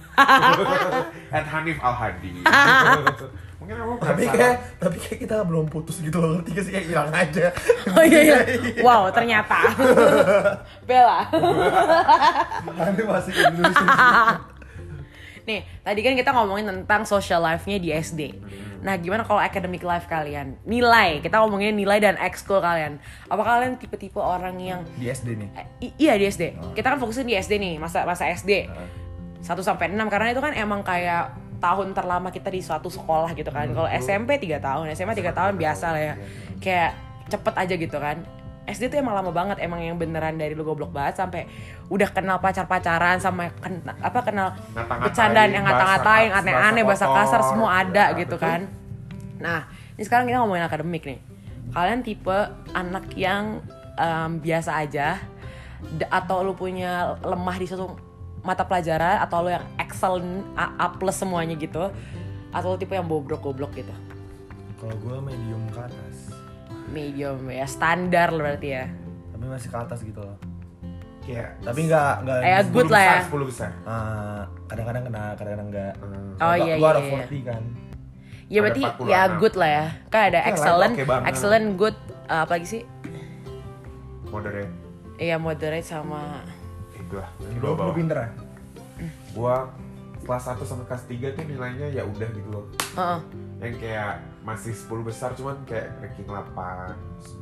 At Hanif Al-Hadi. Mungkin kamu Tapi penasaran. kayak kita belum putus gitu loh, ngerti gak sih, kayak hilang aja. Oh iya. Wow, ternyata. Bella. Hanif masih Indonesia. Nih, tadi kan kita ngomongin tentang social life-nya di SD. Nah, gimana kalau academic life kalian? Nilai, kita ngomongin nilai dan ekskul kalian. Apa kalian tipe-tipe orang yang Di SD nih. Iya di SD. Kita kan fokusin di SD nih, masa SD. 1 sampai 6 karena itu kan emang kayak tahun terlama kita di suatu sekolah gitu kan. Kalau SMP 3 tahun, SMA 3 tahun biasa lah ya. Kayak cepet aja gitu kan. SD tuh emang lama banget, emang yang beneran dari lu goblok banget sampai udah kenal pacar-pacaran sama kenal bercandaan yang ngata-ngatain, aneh-aneh, bahasa kasar semua ada gitu kan. Nah, ini sekarang kita ngomongin akademik nih. Kalian tipe anak yang biasa aja atau lu punya lemah di suatu mata pelajaran, atau lu yang excellent A+ semuanya gitu, atau lu tipe yang bobrok-goblok gitu? Kalau gue medium ke atas. Medium ya, standar lah berarti ya. Tapi masih ke atas gitu loh. Kayak Tapi enggak good lah ya. 10 besar. Kadang-kadang kena, kadang-kadang enggak. Oh iya. Gue ada 40 kan. Ya berarti ya good lah ya. Kan ada excellent, good, apa lagi sih? Moderate. Iya, moderate sama Itulah. Lu pinter ya? Gua kelas 1 sampai kelas 3 tuh nilainya ya udah gitu loh. Yang kayak masih 10 besar cuman kayak ranking 8,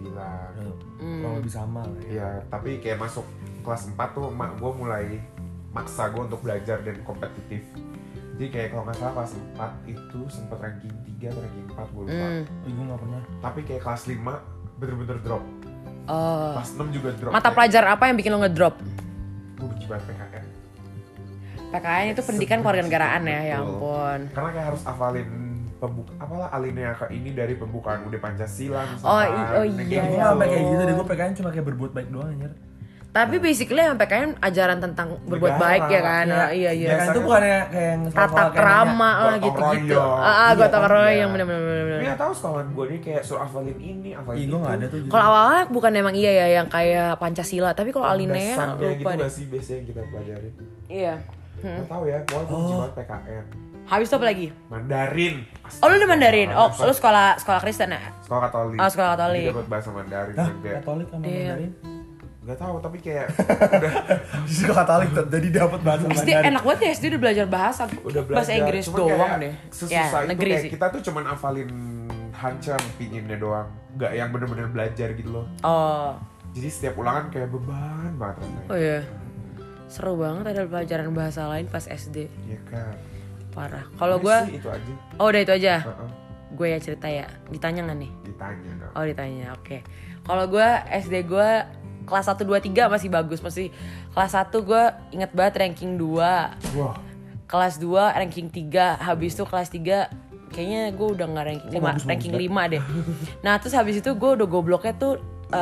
9. Kalau lebih sama lah ya. Ya, tapi kayak masuk kelas 4 tuh gue mulai maksa gue untuk belajar dan kompetitif. Jadi kayak kalau nggak salah kelas 4 itu sempat ranking 3 atau ranking 4 gue lupa. Gue nggak pernah. Tapi kayak kelas 5 bener-bener drop. Kelas 6 juga drop. mata pelajaran apa yang bikin lo ngedrop? Gue benci banget PKN. PKN itu pendidikan kewarganegaraan ya, ya ampun. Karena kayak harus hafalin apalah alinea ke ini dari pembukaan UUD Pancasila misalkan. Oh iya. Gue sampai kayak gitu deh, gue PKN cuma kayak berbuat baik doang anjir. Tapi basically yang PKN ajaran tentang berbuat baik ya kan. Iya. PKN itu bukannya kayak tata krama lah gitu-gitu. Gotong royong bener-bener. Ini tahu sekawan gue nih kayak suruh hafalin ini, hafalin itu. Gue enggak ada tuh gitu. Kalau awalnya bukan emang iya ya yang kayak Pancasila, tapi kalau alinea lupa gitu deh. gak sih biasanya yang kita pelajarin? Iya. Gak tahu ya, gue benci banget PKN. Habis itu apa lagi? Mandarin. Oh lu udah Mandarin? Oh lu sekolah Kristen ya? Sekolah Katolik. Oh sekolah Katolik. Jadi dapat bahasa Mandarin. Katolik sama Mandarin? Gak tahu tapi kayak udah sekolah Katolik jadi dapat bahasa Mandarin. Enak banget ya SD udah belajar bahasa. Udah belajar. Bahasa Inggris cuman doang deh. Susah ya, itu negeri kayak sih. kita tuh cuman hafalin hancam pinginnya doang. Gak yang bener-bener belajar gitu loh. Oh. Jadi setiap ulangan kayak beban banget rasanya. Oh iya. Seru banget ada pelajaran bahasa lain pas SD. Iya kan. Parah. Kalau gue itu aja. Oh udah itu aja. Gue ya cerita ya. Ditanya nggak nih? Ditanya dong. Oh ditanya. Oke. Kalau gue SD gue kelas 1, 2, 3 masih bagus. Masih kelas 1 gue inget banget ranking 2. Wah. Kelas 2 ranking 3. Habis itu kelas 3 kayaknya gue udah gak ranking 5. Ranking 5 deh. Nah terus habis itu gue udah gobloknya tuh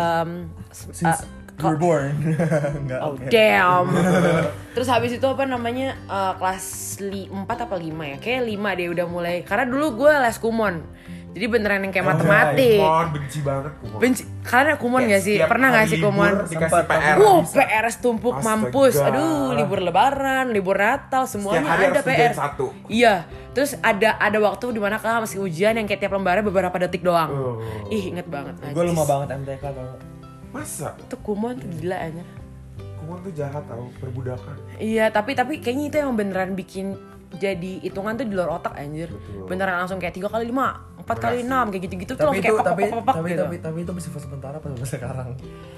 Since you were born. Enggak. Oh damn. Terus habis itu apa namanya kelas 4 apa 5 ya? Kayak 5 deh udah mulai. Karena dulu gue les kumon. Jadi beneran yang kayak matematik. Kumon benci banget kumon. Benci. Karena kumon gak sih? Pernah gak sih kumon? Dikasih PR. PR tumpuk mampus. Aduh, libur lebaran, libur Natal, semuanya ada PR. Satu. Iya. Terus ada waktu di mana kah masih ujian yang kayak tiap lembarnya beberapa detik doang. Ih, inget banget. Gue lemah banget MTK tau. Masa? Itu kumon tuh gila aja. Kumon tuh jahat tau, perbudakan. Iya, tapi kayaknya itu yang beneran bikin jadi hitungan tuh di luar otak anjir. Betul. Beneran langsung kayak 3 kali 5, 4 kali 6 kayak gitu-gitu tuh langsung kayak pop gitu. Tapi itu bisa sementara apa sekarang?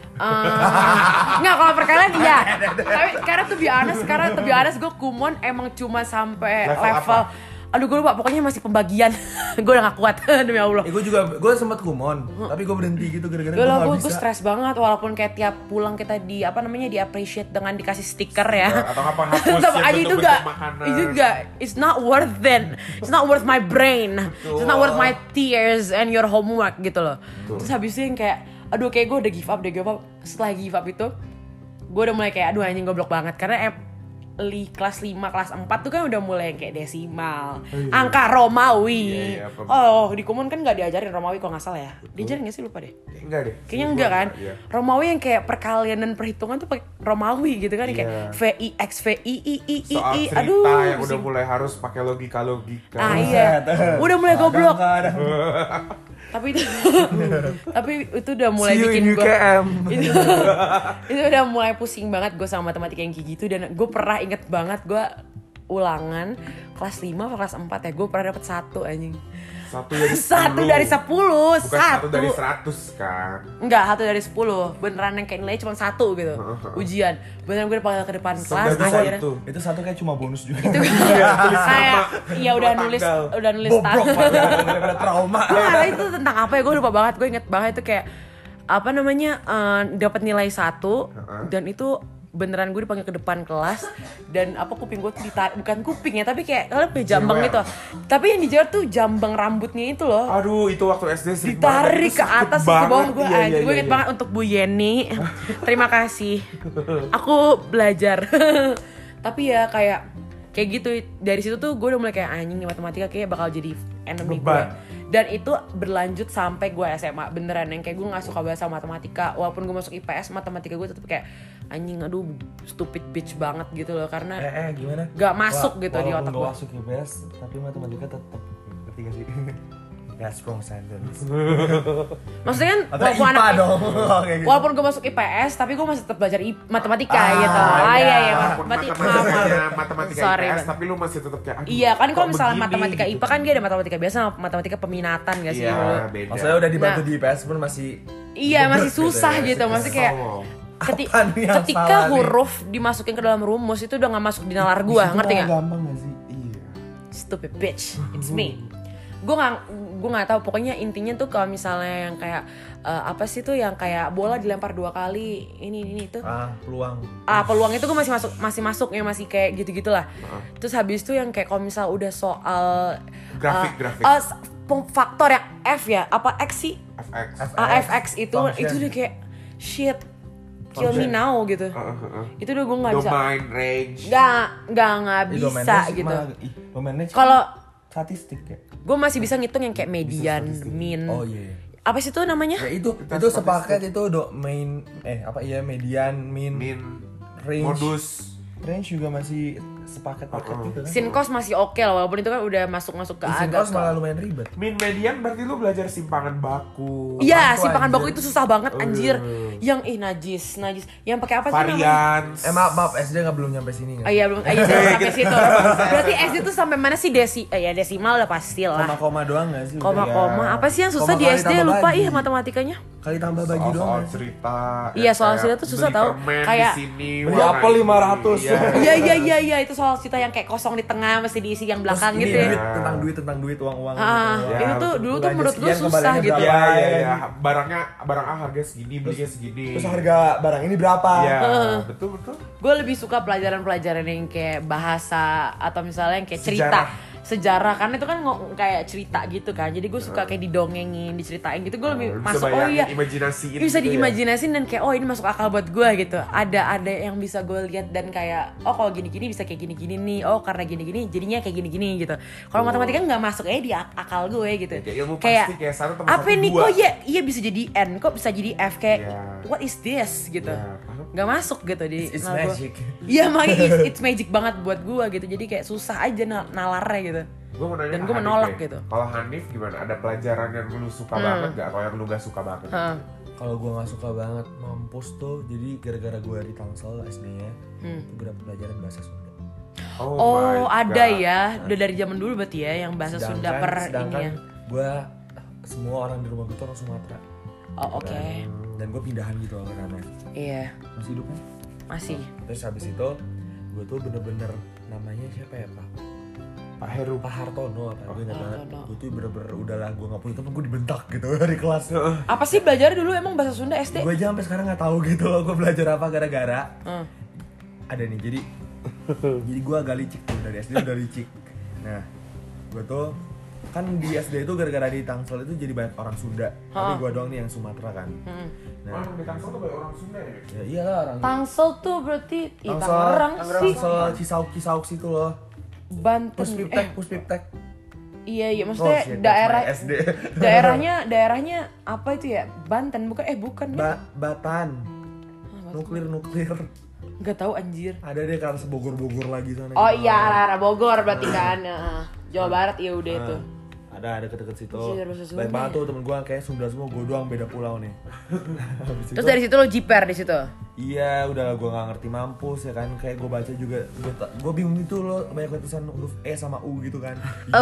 Nggak, kalau perkalian iya. Tapi sekarang tuh biasa gue kumon emang cuma sampai level aduh gue lupa, pokoknya masih pembagian. Gue udah gak kuat demi Allah. Gue sempet kumon, tapi gue berhenti gitu gara-gara gue gak bisa. Gue stres banget walaupun kayak tiap pulang kita di appreciate dengan dikasih stiker ya. Atau apa hapus yang itu juga it's not worth it. It's not worth my brain. It's not worth my tears and your homework gitu loh. Terus habis itu yang kayak aduh kayak gue udah give up. Setelah give up itu gue udah mulai kayak aduh anjing goblok banget karena kelas 5, kelas 4 tuh kan udah mulai kayak desimal, angka Romawi. Di kumon kan gak diajarin Romawi kalau gak salah ya. Diajarin gak sih, lupa deh. Enggak deh. Kayaknya enggak kan. Romawi yang kayak perkalian dan perhitungan tuh pakai Romawi gitu kan, kayak VIX, VII. Soal cerita yang udah mulai harus pakai logika. Iya. Udah mulai goblok. Tapi itu udah mulai bikin gue itu udah mulai pusing banget gue sama matematika yang kayak gitu. Dan gue pernah inget banget gue ulangan kelas 5 atau kelas 4 ya, gue pernah dapet 1 anjing. 1 dari 10. Bukan 1 dari 100 kan? Enggak, 1 dari 10. Beneran yang kayak nilainya cuma 1 gitu. Ujian. Beneran gue dipanggil ke depan kelas akhirnya. Itu 1 kayak cuma bonus juga. Itu kayak ya udah nulis bobrok banget trauma. Nah, itu tentang apa ya? Gue lupa banget. Gue inget banget itu kayak apa namanya? Dapat nilai 1 dan itu beneran gue dipanggil ke depan kelas dan kuping gue tuh ditarik, bukan kuping ya tapi kayak jambang gitu, tapi yang dijewer tuh jambang rambutnya itu loh. Aduh, itu waktu SD sering ditarik ke atas ke bawah gue. Gue inget banget untuk Bu Yeni, terima kasih, aku belajar. Tapi ya kayak gitu, dari situ tuh gue udah mulai kayak anjing nih matematika kayak bakal jadi enemy gue. Dan itu berlanjut sampai gue SMA, beneran yang kayak gue gak suka bahasa matematika. Walaupun gue masuk IPS, matematika gue tetep kayak anjing, aduh stupid bitch banget gitu loh. Karena gimana? Gak masuk gitu di otak gue. Walaupun gak masuk IPS, tapi matematika tetep ketiga sih. That's wrong sentence. Maksudnya kan walaupun gue masuk IPS, tapi gue masih tetap belajar matematika gitu. Iya. Matematika IPS, tapi lu masih tetap kayak iya kan kalau misalnya matematika IPA kan dia ada matematika biasa sama matematika peminatan gak sih? Iya, beda. Maksudnya udah dibantu di IPS pun masih masih susah gitu. Maksudnya kayak ketika huruf dimasukin ke dalam rumus itu udah gak masuk di nalar gue, ngerti gak? Gampang gak sih? Stupid bitch, it's me. gue nggak tahu, pokoknya intinya tuh kalau misalnya yang kayak apa sih tuh yang kayak bola dilempar 2 kali ini itu peluang itu gue masih masuk ya, masih kayak gitu-gitulah. Terus habis itu yang kayak kalau misal udah soal grafik faktor yang F ya apa X sih FX itu udah kayak shit kill me now gitu. Itu udah gue nggak bisa. Domain range. Nggak bisa gitu. Kalau statistik ya. Gue masih bisa ngitung yang kayak median, min. Oh iya. Apa sih itu namanya? Ya itu sepaket itu domain median, min, range. Modus. Range juga masih sepaket gitu kan. Sinkos masih oke lah, walaupun itu kan udah masuk ke agak. Sinkos malah lumayan ribet. Min median berarti lu belajar simpangan baku. Iya, simpangan baku itu susah banget anjir. Yang najis. Yang pakai apa sih namanya? Maaf, SD belum nyampe sini. Iya, belum. Sampai situ. Berarti SD tuh sampai mana sih desimal udah pasti lah. Koma doang enggak sih? Koma. Apa sih yang susah di SD? Lupa matematikanya. Kali tambah bagi doang. Soal cerita. Iya, soal cerita tuh susah tau. Kayak beli apel 500. Iya, itu soal cerita yang kayak kosong di tengah mesti diisi yang belakang gitu ya. Tentang duit, uang-uang. Itu tuh dulu tuh menurut gue susah gitu. Iya. Barang A harga segini, belinya segini. Terus harga barang ini berapa? Iya, betul. Gue lebih suka pelajaran-pelajaran yang kayak bahasa atau misalnya yang kayak sejarah kan itu kan kayak cerita gitu kan, jadi gue suka kayak didongengin, diceritain gitu, gue lebih masuk imajinasiin bisa gitu diimajinasin dan kayak ini masuk akal buat gue gitu, ada yang bisa gue lihat dan kayak kalau gini-gini bisa kayak gini-gini nih, karena gini-gini jadinya kayak gini-gini gitu. Kalau matematika nggak masuk di akal gue gitu, kayak apa nih kok iya bisa jadi N, kok bisa jadi F, kayak what is this gitu, nggak masuk gitu di it's magic. Iya makanya it's magic banget buat gue gitu, jadi kayak susah aja nalarnya gitu. Dan gue menolak gitu. Kalau Hanif gimana? Ada pelajaran yang lu suka banget gak? Atau yang lu gak suka banget? Kalau gue gak suka banget mampus tuh, jadi gara-gara gue di Tangsel SD-nya beberapa pelajaran bahasa Sunda. Ada ya, udah dari zaman dulu berarti ya yang bahasa Sunda ini ya. Gue semua orang di rumah gue tuh orang Sumatera. Oke. Dan gue pindahan gitu loh karena. Iya. Masih hidup kan? Masih. Terus habis itu gue tuh bener-bener namanya siapa ya Pak Heru, Pak Hartono apa gue ingat banget. Gue tuh bener-bener udahlah, gue gak punya temen, gue dibentak gitu dari kelas. Apa sih belajar dulu emang bahasa Sunda SD? Gue aja sampai sekarang gak tahu gitu loh gue belajar apa gara-gara ada nih, jadi gue agak licik tuh, dari SD udah licik. Nah gue tuh kan di SD itu gara-gara di Tangsel itu jadi banyak orang Sunda, tapi gue doang nih yang Sumatera kan. Nah di Tangsel tuh banyak orang Sunda ya? Ya iyalah orang Tangsel tuh berarti Tangerang sih. Tangsel Cisauk situ loh. Banten. Puspiptek. Iya maksudnya daerahnya apa itu ya? Banten bukan Batan. Nuklir. Gak tahu anjir. Ada deh karena Bogor lagi sana. Oh gitu. Iya arah Bogor berarti kan. Jawa Barat ya udah itu. Ada deket situ. Baik banget tuh temen gue kayak Sunda semua, gue doang beda pulau nih. Terus dari situ lo jiper di situ. Iya, udah gue nggak ngerti mampus ya kan, kayak gue baca juga, gue bingung gitu loh, banyak tulisan huruf E sama U gitu kan.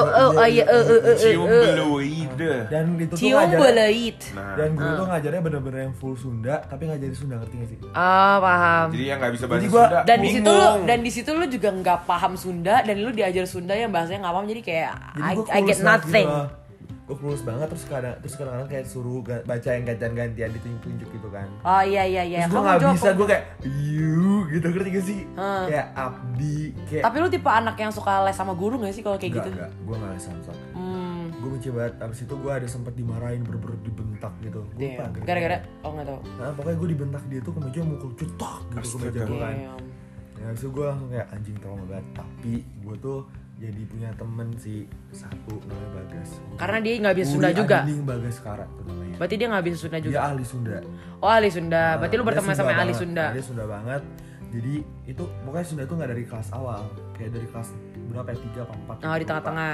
Cium beluit. Dan itu tuh ngajarin. Dan guru tuh ngajarnya bener-bener yang full Sunda, tapi ngajarin Sunda, ngerti gak sih? Paham. Jadi yang nggak bisa bahasa Sunda. Dan di situ lo juga nggak paham Sunda, dan lo diajar Sunda yang bahasanya nggak paham, jadi kayak I get nothing. Gue kurus banget, terus kadang-kadang kayak suruh baca yang gantian ditunjuk gitu kan. Oh iya. Terus gue gak bisa, gue kayak gitu, ngerti gak sih? Kayak abdi kayak. Tapi lu tipe anak yang suka les sama guru gak sih kalau kayak gitu? Enggak, gue gak les sama sekali. Gue benci banget, abis itu gue ada sempet dimarahin, bener-bener dibentak gitu. Gue lupa gara-gara? Gak tau. Nah pokoknya gue dibentak, dia tuh ke meja mukul cetak gitu ke meja gue kan. Ya abis itu gue langsung kayak anjing trauma banget. Tapi gue tuh jadi punya temen sih satu namanya Bagas. Karena dia nggak bisa Sunda juga. Adining Bagas Kara tuh namanya. Berarti dia nggak bisa Sunda juga. Dia ahli Sunda. Oh ahli Sunda. Berarti lu berteman sama ahli Sunda. Dia Sunda banget. Jadi itu pokoknya Sunda tuh nggak dari kelas awal, kayak dari kelas berapa ya, 3 apa 4. Oh di tengah-tengah.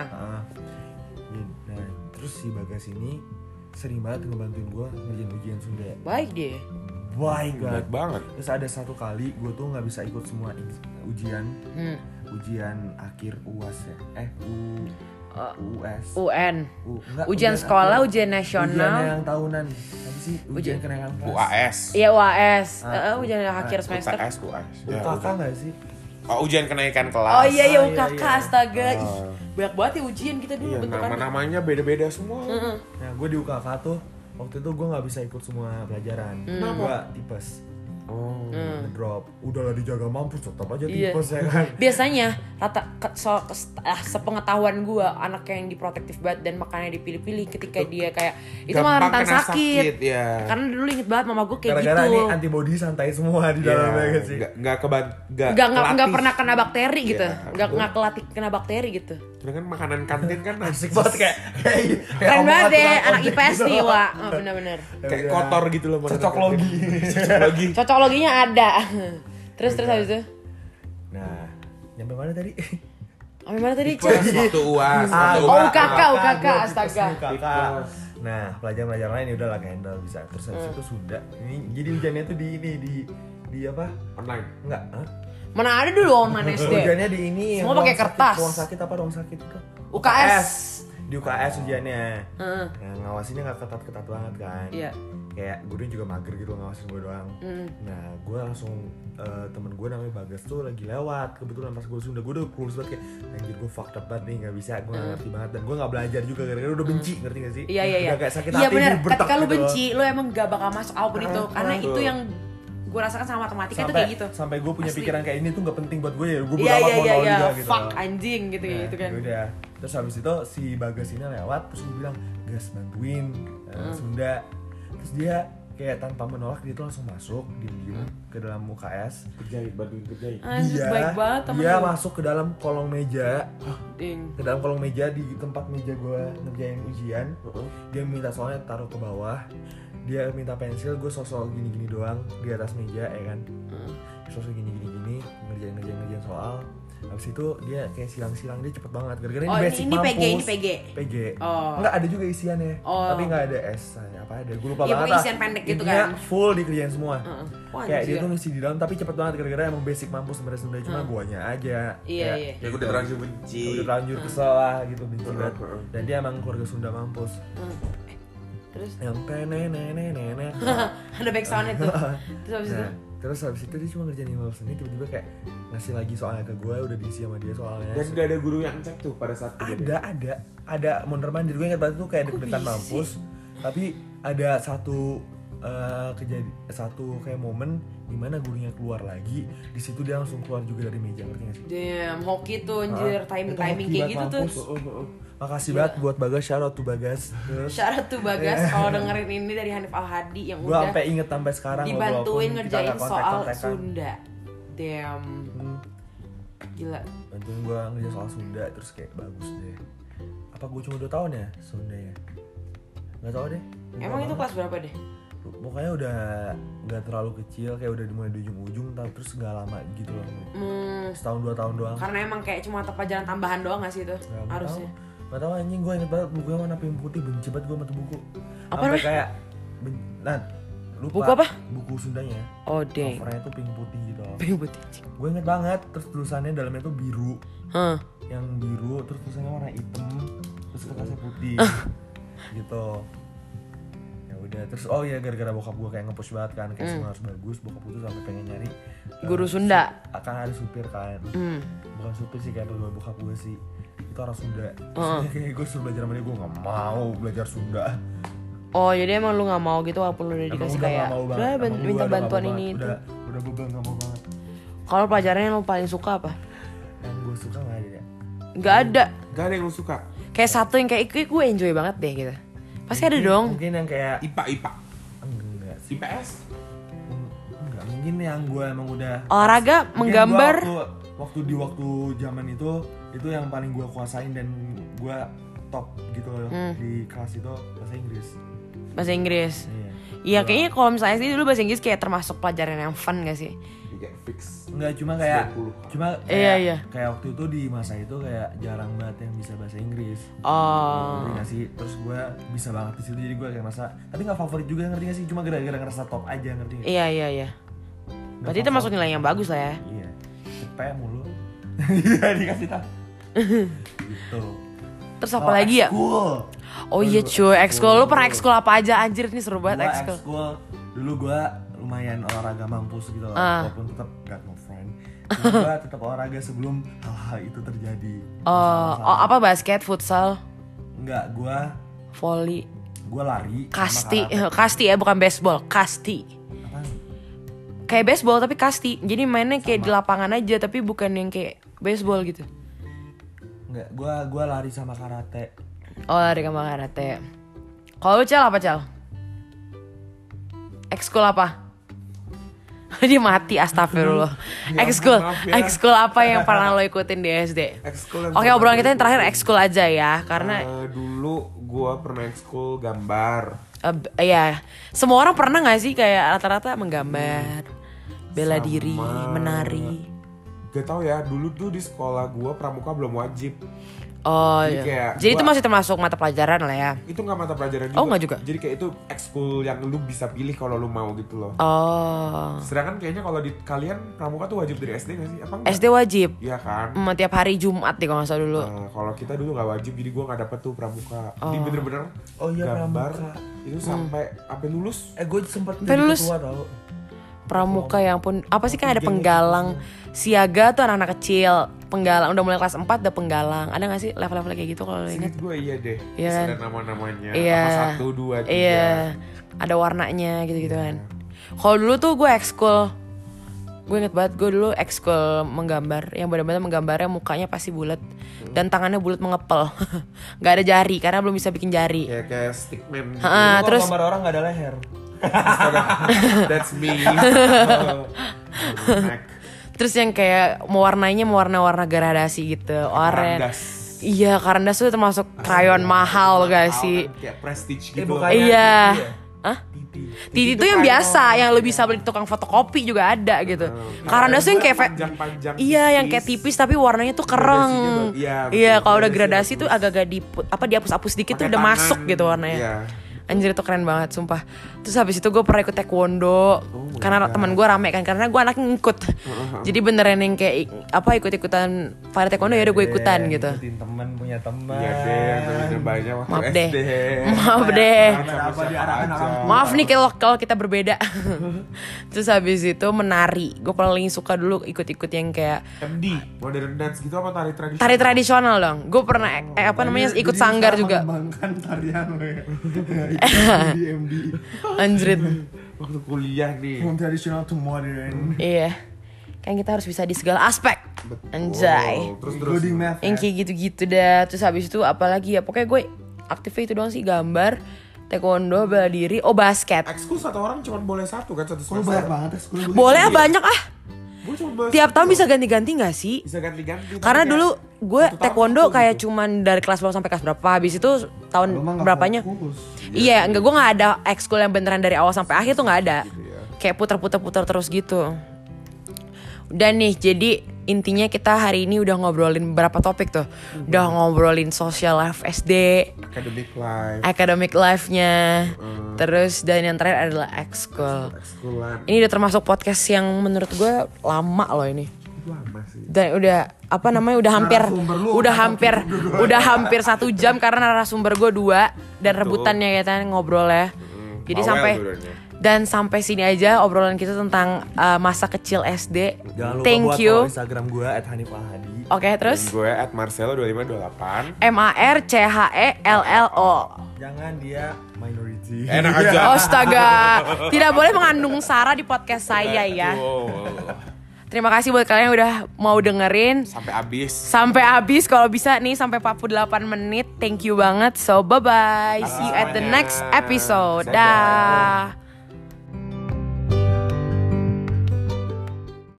Nah terus si Bagas ini sering banget ngebantuin gue ngerjain ujian Sunda. Baik dia. Baik banget. Terus ada satu kali gue tuh nggak bisa ikut semua ujian. Ujian akhir UAS ya, US. UN. Ujian sekolah, ujian nasional. Ujian yang tahunan. Apa sih? Ujian kenaikan kelas. UAS. Iya UAS. Ujian akhir semester. UAS. UKK nggak sih? Oh ujian kenaikan kelas. Oh iya UKK astaga. banyak banget ya ujian kita dulu bentukannya. Nama-namanya beda-beda semua. Nah gue di UKK tuh waktu itu gue nggak bisa ikut semua pelajaran. Gue tipes. Drop. Udahlah dijaga mampus tetap aja tipes ya kan. Biasanya sepengetahuan gue anak yang diprotektif banget dan makannya dipilih-pilih ketika dia kayak itu malah rentan sakit. Ya. Karena dulu inget banget mama gue kayak gara-gara gitu. Gara-gara ini antibody santai semua di dalamnya gitu sih. Nggak pernah kena bakteri gitu. Nggak kelatih kena bakteri gitu. Karena kan makanan kantin kan asik banget kayak keren banget deh anak IPS nih Wak. Bener-bener. Kayak kotor gitu loh. Cocokloginya ada. Terus habis itu. Nah, nyampe mana tadi? Sampai mana tadi? Waktu UAS. UKK, astaga. Nah, pelajaran-pelajaran lain udah lah handle bisa. Terus habis itu sudah. Ini jadi ujiannya tuh di apa? Online. Enggak, mana ada dulu online SD. Ujiannya di ini. Semua pakai kertas. Ruang sakit itu. UKS. Di UKS ujiannya. Nah, ngawasinnya nggak ketat-ketat banget kan. Iya. Kayak gurunya juga mager gitu ngawasin gue doang. Nah, gue langsung temen gue namanya Bagas tuh lagi lewat. Kebetulan pas gue Sunda, gue udah kurus banget kayak anjir gue fucked up banget nih, nggak bisa, gue nggak ngerti banget dan gue nggak belajar juga gara-gara udah benci, ngerti gak sih? Iya. Udah kayak sakit hati. Iya benar. gitu Ketika lu benci, lu emang gak bakal masuk apapun itu. Karena itu yang gue rasakan sama matematika tuh kayak gitu. Sampai gue punya pikiran kayak ini tuh nggak penting buat gue ya, gue Iya, juga gitu. Fuck anjing gitu kan. Udah. Terus habis itu si Bagas ini lewat, terus gue bilang Gas bantuin Sunda. Terus dia kayak tanpa menolak dia tuh langsung masuk diem ke dalam UKS. Bantuin kerjain. Baik banget temen dia lu. masuk ke dalam kolong meja. Ding. Ke dalam kolong meja di tempat meja gue ngerjain ujian. Dia minta soalnya taruh ke bawah. Dia minta pensil, gue sosok gini-gini doang di atas meja ya kan. Sosok gini ngerjain soal. Habis itu dia kayak silang-silang, dia cepet banget gara-gara ini basic ini mampus. PG. Enggak ada juga isiannya. Tapi enggak ada S apa ada. Gue lupa banget. Iya, isian pendek gitu kan. Full dikerjain semua. Kayak dia anjir. tuh ngisi di dalam tapi cepet banget gara-gara emang basic mampus sebenarnya Sunda cuma guanya aja. Iya. Ya gue udah terlanjur benci. Udah terlanjur kesel lah gitu, benci banget. Dan dia emang keluarga Sunda mampus. Terus yang nenek ada back sound itu. Terus habis itu dia cuma ngerjain 15 menit, tiba-tiba kayak ngasih lagi soalnya ke gue, udah diisi sama dia soalnya. Dan gak ada guru yang cek tuh pada saat kejadian. Ada mondar mandir, gue ingat banget tuh kayak deg-degan mampus. Tapi ada satu kayak momen dimana gurunya keluar lagi, di situ dia langsung keluar juga dari meja, ngerti gak sih? Damn, hoki tuh anjir, timing kayak gitu mampus. tuh. Makasih banget buat Bagas, shout out to Bagas. Shout out to Bagas kalau dengerin ini dari Hanif Al-Hadi yang gua udah sampai inget sampai sekarang dibantuin ngerjain soal Sunda. Damn. Gila. Bantuin gua ngerjain soal Sunda terus kayak bagus deh. Apa gua cuma 2 tahun ya Sunda ya? Gak tau deh. Emang itu kelas berapa deh? Pokoknya udah gak terlalu kecil, kayak udah dimulai di ujung-ujung terus gak lama gitu loh. Setahun 2 tahun doang. Karena emang kayak cuma pelajaran tambahan doang gak sih itu? Harusnya. Gak tau anjing, gue inget banget bukunya warna pink putih, benci banget gue sama tuh buku. Apa sampai kayak lupa. Buku apa? Buku Sundanya. Oh dang. Covernya tuh pink putih gitu loh. Pink putih. Gue inget banget, terus tulisannya dalamnya tuh biru. Yang biru, terus tulisannya warna hitam, terus kertasnya putih. Gitu. Ya udah, terus oh iya gara-gara bokap gue kayak nge-push banget kan, kayak semua harus bagus, bokap gue tuh sampai pengen nyari guru Sunda. Akan ada supir kan. Bukan supir sih, kayak bokap gue sih. Itu orang Sunda. Kayak gue suruh belajar sama dia, gue gak mau belajar Sunda. Oh jadi emang lu gak mau gitu walaupun lu udah dikasih kayak udah minta bantuan ini itu. Udah gue gak mau banget. Kalau pelajaran yang lu paling suka apa? Yang gue suka gak ada ya? Gak ada. Gak ada yang lu suka? Kayak satu yang kayak gue enjoy banget deh gitu. Pasti ada dong. Mungkin yang kayak IPA enggak sih. IPS? Enggak, mungkin yang gue emang udah olahraga, menggambar. Waktu zaman itu yang paling gue kuasain dan gue top gitu loh di kelas itu bahasa Inggris. Iya kayaknya kalau misalnya sih dulu bahasa Inggris kayak termasuk pelajaran yang fun gak sih? Kayak fix. Enggak, cuma kayak kayak waktu itu di masa itu kayak jarang banget yang bisa bahasa Inggris. Ngerti gak sih? Terus gue bisa banget di situ, jadi gue kayak masa tapi nggak favorit juga, ngerti gak sih? Cuma gara-gara ngerasa top aja, ngerti gak? Iya. Berarti itu masuk nilai yang bagus lah ya. Iya. Cepet mulu. Iya dikasih tahu. Gitu. Terus apa lagi ya? Ekskul. Oh iya cuy, ekskul. Lu pernah ekskul apa aja anjir? Ini seru banget ekskul. Dulu gue lumayan olahraga mampus gitu loh. Walaupun tetap got no friend. Gue tetap olahraga sebelum hal-hal itu terjadi. Oh, apa basket, futsal? Enggak, gue Volley. Gue lari. Kasti, kasti ya, bukan baseball, kasti. Apaan? Kayak baseball tapi kasti. Jadi mainnya kayak di lapangan aja tapi bukan yang kayak baseball gitu. Enggak, gue lari sama karate. Oh, lari sama karate. Kalau lu Cal apa Cal? Ekskul apa? Dia mati, astagfirullah. Ekskul apa yang pernah lo ikutin di SD? Oke, obrolan kita yang terakhir ekskul aja ya, karena dulu gue pernah ekskul gambar. Iya, semua orang pernah nggak sih kayak rata-rata menggambar, bela diri, menari. Gak tau ya, dulu tuh di sekolah gue pramuka belum wajib. Oh jadi iya. Kayak jadi itu masih termasuk mata pelajaran lah ya. Itu gak mata pelajaran juga. Oh gak juga? Jadi kayak itu ekskul yang lu bisa pilih kalau lu mau gitu loh. Oh. Sedangkan kayaknya kalau di kalian pramuka tuh wajib dari SD gak sih? Apa enggak? SD wajib. Iya kan? Tiap hari Jumat deh kalau gak salah dulu. Kalau kita dulu gak wajib, jadi gue gak dapet tuh pramuka. Jadi bener-bener gambar pramuka. itu sampai lulus. Gue sempet Sampai lulus. ketua tau. Pramuka yang pun apa sih kan ada penggalang, siaga tuh anak-anak kecil, penggalang udah mulai kelas 4 udah penggalang. Ada gak sih level-level kayak gitu kalau lo ingat? Gue iya deh. Iya kan? Ada nama-namanya. Iya. Apa 1, 2, 3. Iya. Ada warnanya gitu-gitu kan. Kalau dulu tuh gue ekskul. Gue inget banget gue dulu ekskul menggambar, yang benar-benar menggambarnya mukanya pasti bulat dan tangannya bulat mengepel. Gak ada jari karena belum bisa bikin jari. Kayak stickman gitu. Terus gambar orang gak ada leher. That's me. Terus yang kayak mewarnainya warna-warna gradasi gitu, oranye. Iya, karandas tuh termasuk krayon mahal gak sih? Kayak prestige gitu. Iya. Hah? Titi itu yang biasa, yang lo bisa beli di tukang fotokopi juga ada gitu. Karandas tuh yang kayak panjang-panjang. Iya, yang kayak tipis tapi warnanya tuh kereng. Iya, kalau udah gradasi tuh agak-agak dihapus-hapus dikit tuh udah masuk gitu warnanya. Iya. Anjir itu keren banget sumpah. Terus habis itu gue pernah ikut taekwondo. Karena teman gue rame kan, karena gue anaknya ngikut. Jadi beneran yang kayak ikut-ikutan pada taekwondo ya udah gue ikutan gitu. Ikutin temen, punya temen. Iya deh, temen banyak waktu Maaf SD. deh. Maaf deh. Apa diarahkan orang. Maaf nih kalau kita berbeda. Terus habis itu menari. Gue paling suka dulu ikut-ikut yang kayak MD, modern dance gitu apa tari tradisional? tari tradisional dong. Gue pernah ikut sanggar juga. Mengembangkan tarian di MD. Anjrit. Waktu kuliah nih. From traditional to modern. Iya. Kan kita harus bisa di segala aspek. Anjay. Terus Including math. Yang kayak gitu-gitu dah. Terus habis itu apalagi ya, pokoknya gue aktifnya itu doang sih, gambar, taekwondo, bela diri, basket. ekskul satu orang cuma boleh satu kan, satu Lu semester. banyak banget ya sekolah gue. Boleh banyak ah. Gue cuma boleh Tiap satu. tahun bisa ganti-ganti gak sih? Bisa ganti-ganti. Karena tapi dulu kayak gue satu tahun taekwondo satu kayak gitu. cuman dari kelas berapa sampai kelas berapa. Habis itu tahun Lu mah nggak berapanya? fokus. Iya, enggak, gue gak ada ekskul yang beneran dari awal sampai akhir tuh gak ada. ya. Kayak puter-puter terus gitu. Dan nih, jadi intinya kita hari ini udah ngobrolin berapa topik tuh. Udah ngobrolin social life SD, academic life-nya. Terus dan yang terakhir adalah ekskul. Ekskulan. Ini udah termasuk podcast yang menurut gue lama loh ini. Lama sih. Dan udah udah hampir 1 jam karena narasumber gue 2 dan rebutannya kita ngobrol ya. Jadi sampai sini aja obrolan kita tentang masa kecil SD. Jangan lupa Thank buat you. follow Instagram gue @hanifahadi. Oke, terus Gue @marcelo2528. MARCHELLO. Jangan dia minority. Enak aja. Astaga, tidak boleh mengandung sara di podcast saya ya. Terima kasih buat kalian yang udah mau dengerin Sampai habis, kalau bisa nih sampai 48 menit. Thank you banget. So bye bye. See you at the next episode. Dah.